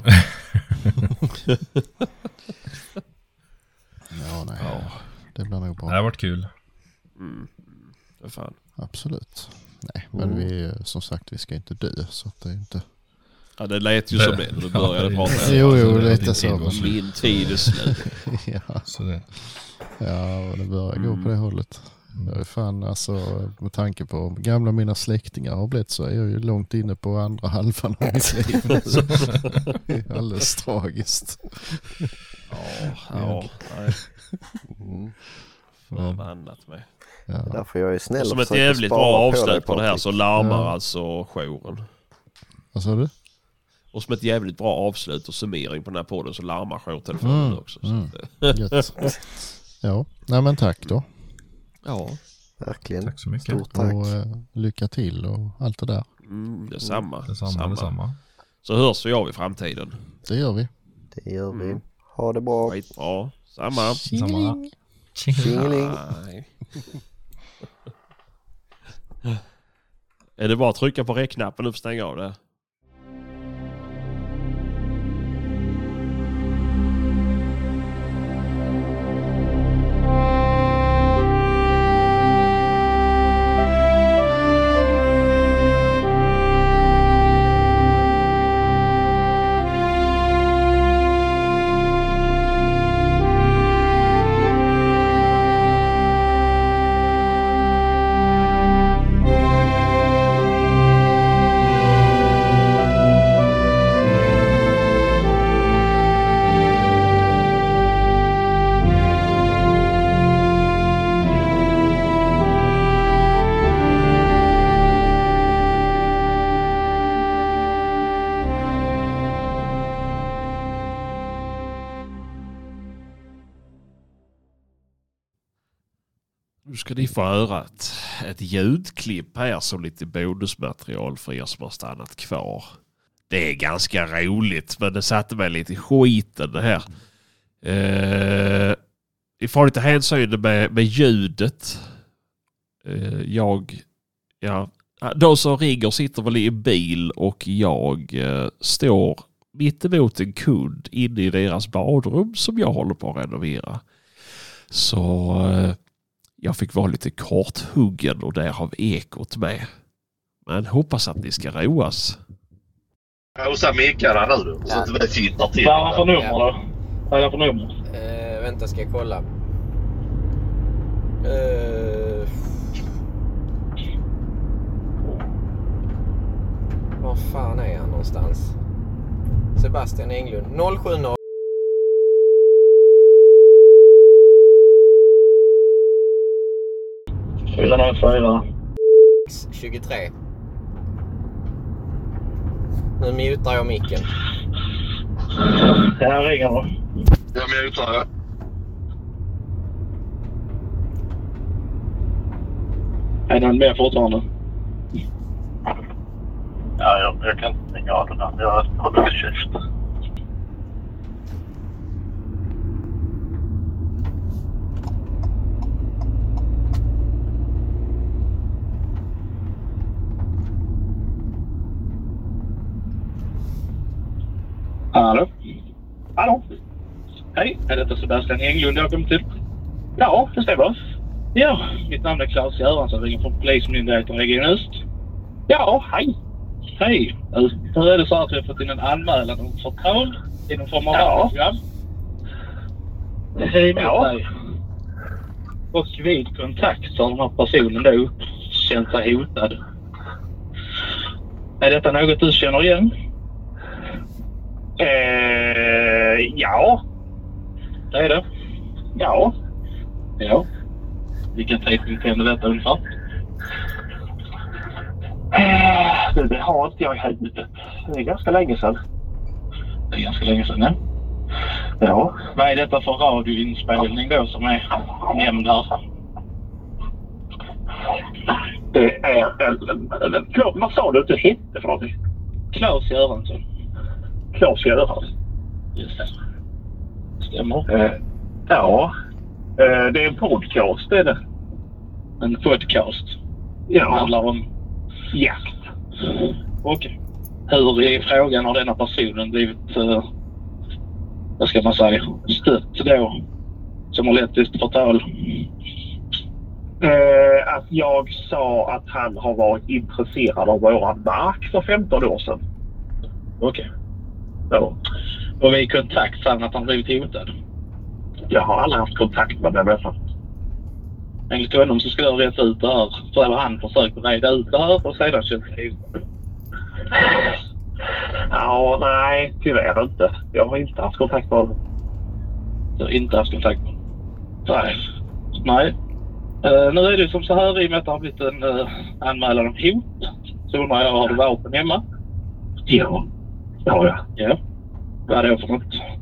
Ja, nej. Ja. Det blir nog Det bra. har varit kul. Mm. Vad fan. Absolut. Nej, men Mm. vi, som sagt, vi ska inte dö, så att det är inte... Ja, det lät ju som det när du började Ja, prata. Jo, jo, det är lite din så. tid var slut. Min tid är slut. Ja, Så det, ja, och det börjar gå Mm. på det hållet. Jag är fan, alltså, med tanke på hur gamla mina släktingar har blivit, så är jag ju långt inne på andra halvan av mitt liv. Det är alldeles tragiskt. Ja, ja. Nej. Mm. Förbannat mig. Ja. Därför jag är snäll och Som ett försöker jävligt spara bra på avslut dig, på det här Patrik. så larmar Ja. alltså jouren. Vad sa du? Och som ett jävligt bra avslut och summering på den här podden så larmar jourtelefonen Mm, också. Så mm. att, Gött. Ja, nej men tack då. ja, Verkligen. tack så mycket. Stort tack. Och eh, lycka till och allt det där. mm, detsamma. Detsamma, Samma. detsamma. Så hörs vi av i framtiden. Det gör vi. Det gör vi. Mm. Ha det bra. Skitbra. Samma. Samma. Tjingeling. Nej. Är det bara att trycka på räckknappen och stänga av det? Nu ska ni få höra ett, ett ljudklipp här som lite bonusmaterial för er som har stannat kvar. Det är ganska roligt, men det satte mig lite i skiten det här. Eh, vi får lite hänsyn med, med ljudet. Eh, jag, ja, de som ringer sitter väl i en bil och jag eh, står mitt emot en kund inne i deras badrum som jag håller på att renovera. Så eh, jag fick vara lite korthuggen och där har vi ekot med. Men hoppas att ni ska roas. Pausa mickarna nu då, så att det fittar till. Vad har han för nummer då? Vad är det för nummer? Eh, vänta, ska jag kolla. Eh, var fan är han någonstans? Sebastian Englund. noll sju noll fyra noll fyra. tjugotre. Nu mutar jag micken. Ja, han ringer då. Jag mutar det. Är den med fortfarande? Ja, jag, jag kan inte stänga av den här. Jag har det käft. Hallå? Hallå? Hej, är detta Sebastian Englund jag kommer till? Ja, det stämmer. Ja, mitt namn är Claes Göransson, ringer från Polismyndigheten Region Öst. Ja, hej. Hej. Hur är det så att vi har fått in en anmälan om förtal i någon form av radioprogram? Hej med dig. Och vid kontakt har den här personen då känt sig hotad. Är detta något du känner igen? Eh, ja. Det är det? Ja. Ja. Vilken tidpunkt hände detta ungefär? Eh, det, det har inte jag i huvudet. Det är ganska länge sedan. Det är ganska länge sedan, ja. Ja. Vad är detta för radioinspelning då som är nämnd här? Det är... Eller, förlåt, vad sa du att du hette för någonting? Claes Göransson. Claes Göransson? Just det. Stämmer. Eh, ja. Eh, det är en podcast, är det. En podcast? Ja. Det handlar om jakt. Okej. Hur i frågan har denna personen blivit, eh, vad ska man säga, stött då? Som har lett till förtal? Eh, att jag sa att han har varit intresserad av våran mark för femton år sedan. Okej. Okay. Ja. Och vi i kontakt sa att han blivit hotad? Jag har aldrig haft kontakt med den människan. Enligt honom så ska jag reda ut det här. Så har han försökt att reda ut det här och sedan känns det hotad. Ja, nej, tyvärr inte. Jag har inte haft kontakt med honom. Du har inte haft kontakt med honom? Nej. Nej. Uh, nu är det som så här i och med att det har blivit en uh, anmälan om hot. Så undrar jag, har du vapen hemma? Ja. Ja, ja. Ja. Vad är det för något?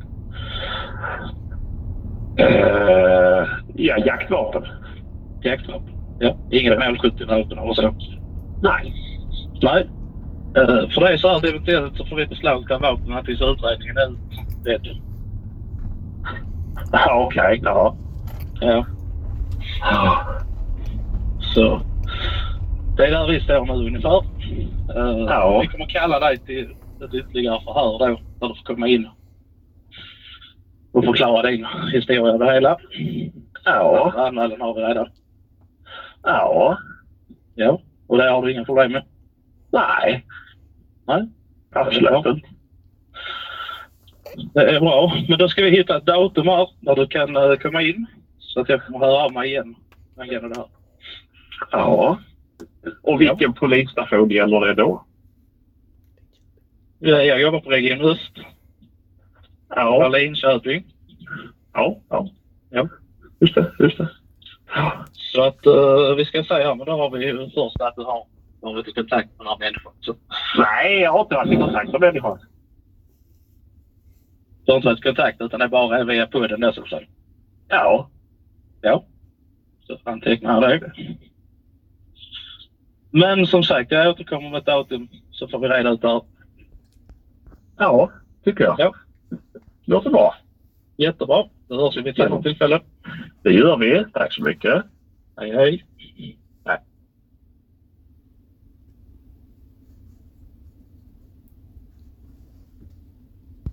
Uh, ja, jaktvapen. Jaktvapen? Ja. Ingen mål sjuttio-vapen eller så? Nej. Nej. Uh, för det är så här, eventuellt så får vi beslag av vapnen tills utredningen är rädd. Ja, okej. Okay. Ja. Ja. Så det är där vi står nu ungefär. Uh, ja. Vi kommer kalla dig till ett ytterligare förhör då, där du får komma in och förklara din historia det hela. Ja. Anmälan har vi redan. Ja. Ja, och det har du inga problem med? Nej. Nej? Absolut inte. Det är bra, men då ska vi hitta ett datum här där du kan uh, komma in. Så att jag kommer höra av mig igen angående det här. Ja. Och vilken ja. polisstation gäller det då? Ja, jag jobbar på Region Öst. Ja. Linköping. Ja, ja. Ja. Just det, just det. Ja. Så att uh, vi ska säga, men då har vi ju först att du har varit i kontakt med den här människan. Så. Nej, jag har inte varit i kontakt med människan. Du har inte varit i kontakt utan det är bara via podden där som sagt. Ja. Ja. Så antecknar jag det. Men som sagt, jag återkommer med ett datum så får vi reda ut det här. Ja, tycker jag. Ja. Det låter bra. Jättebra. Då hörs vi vid ett annat tillfälle. Det gör vi. Tack så mycket. Hej hej.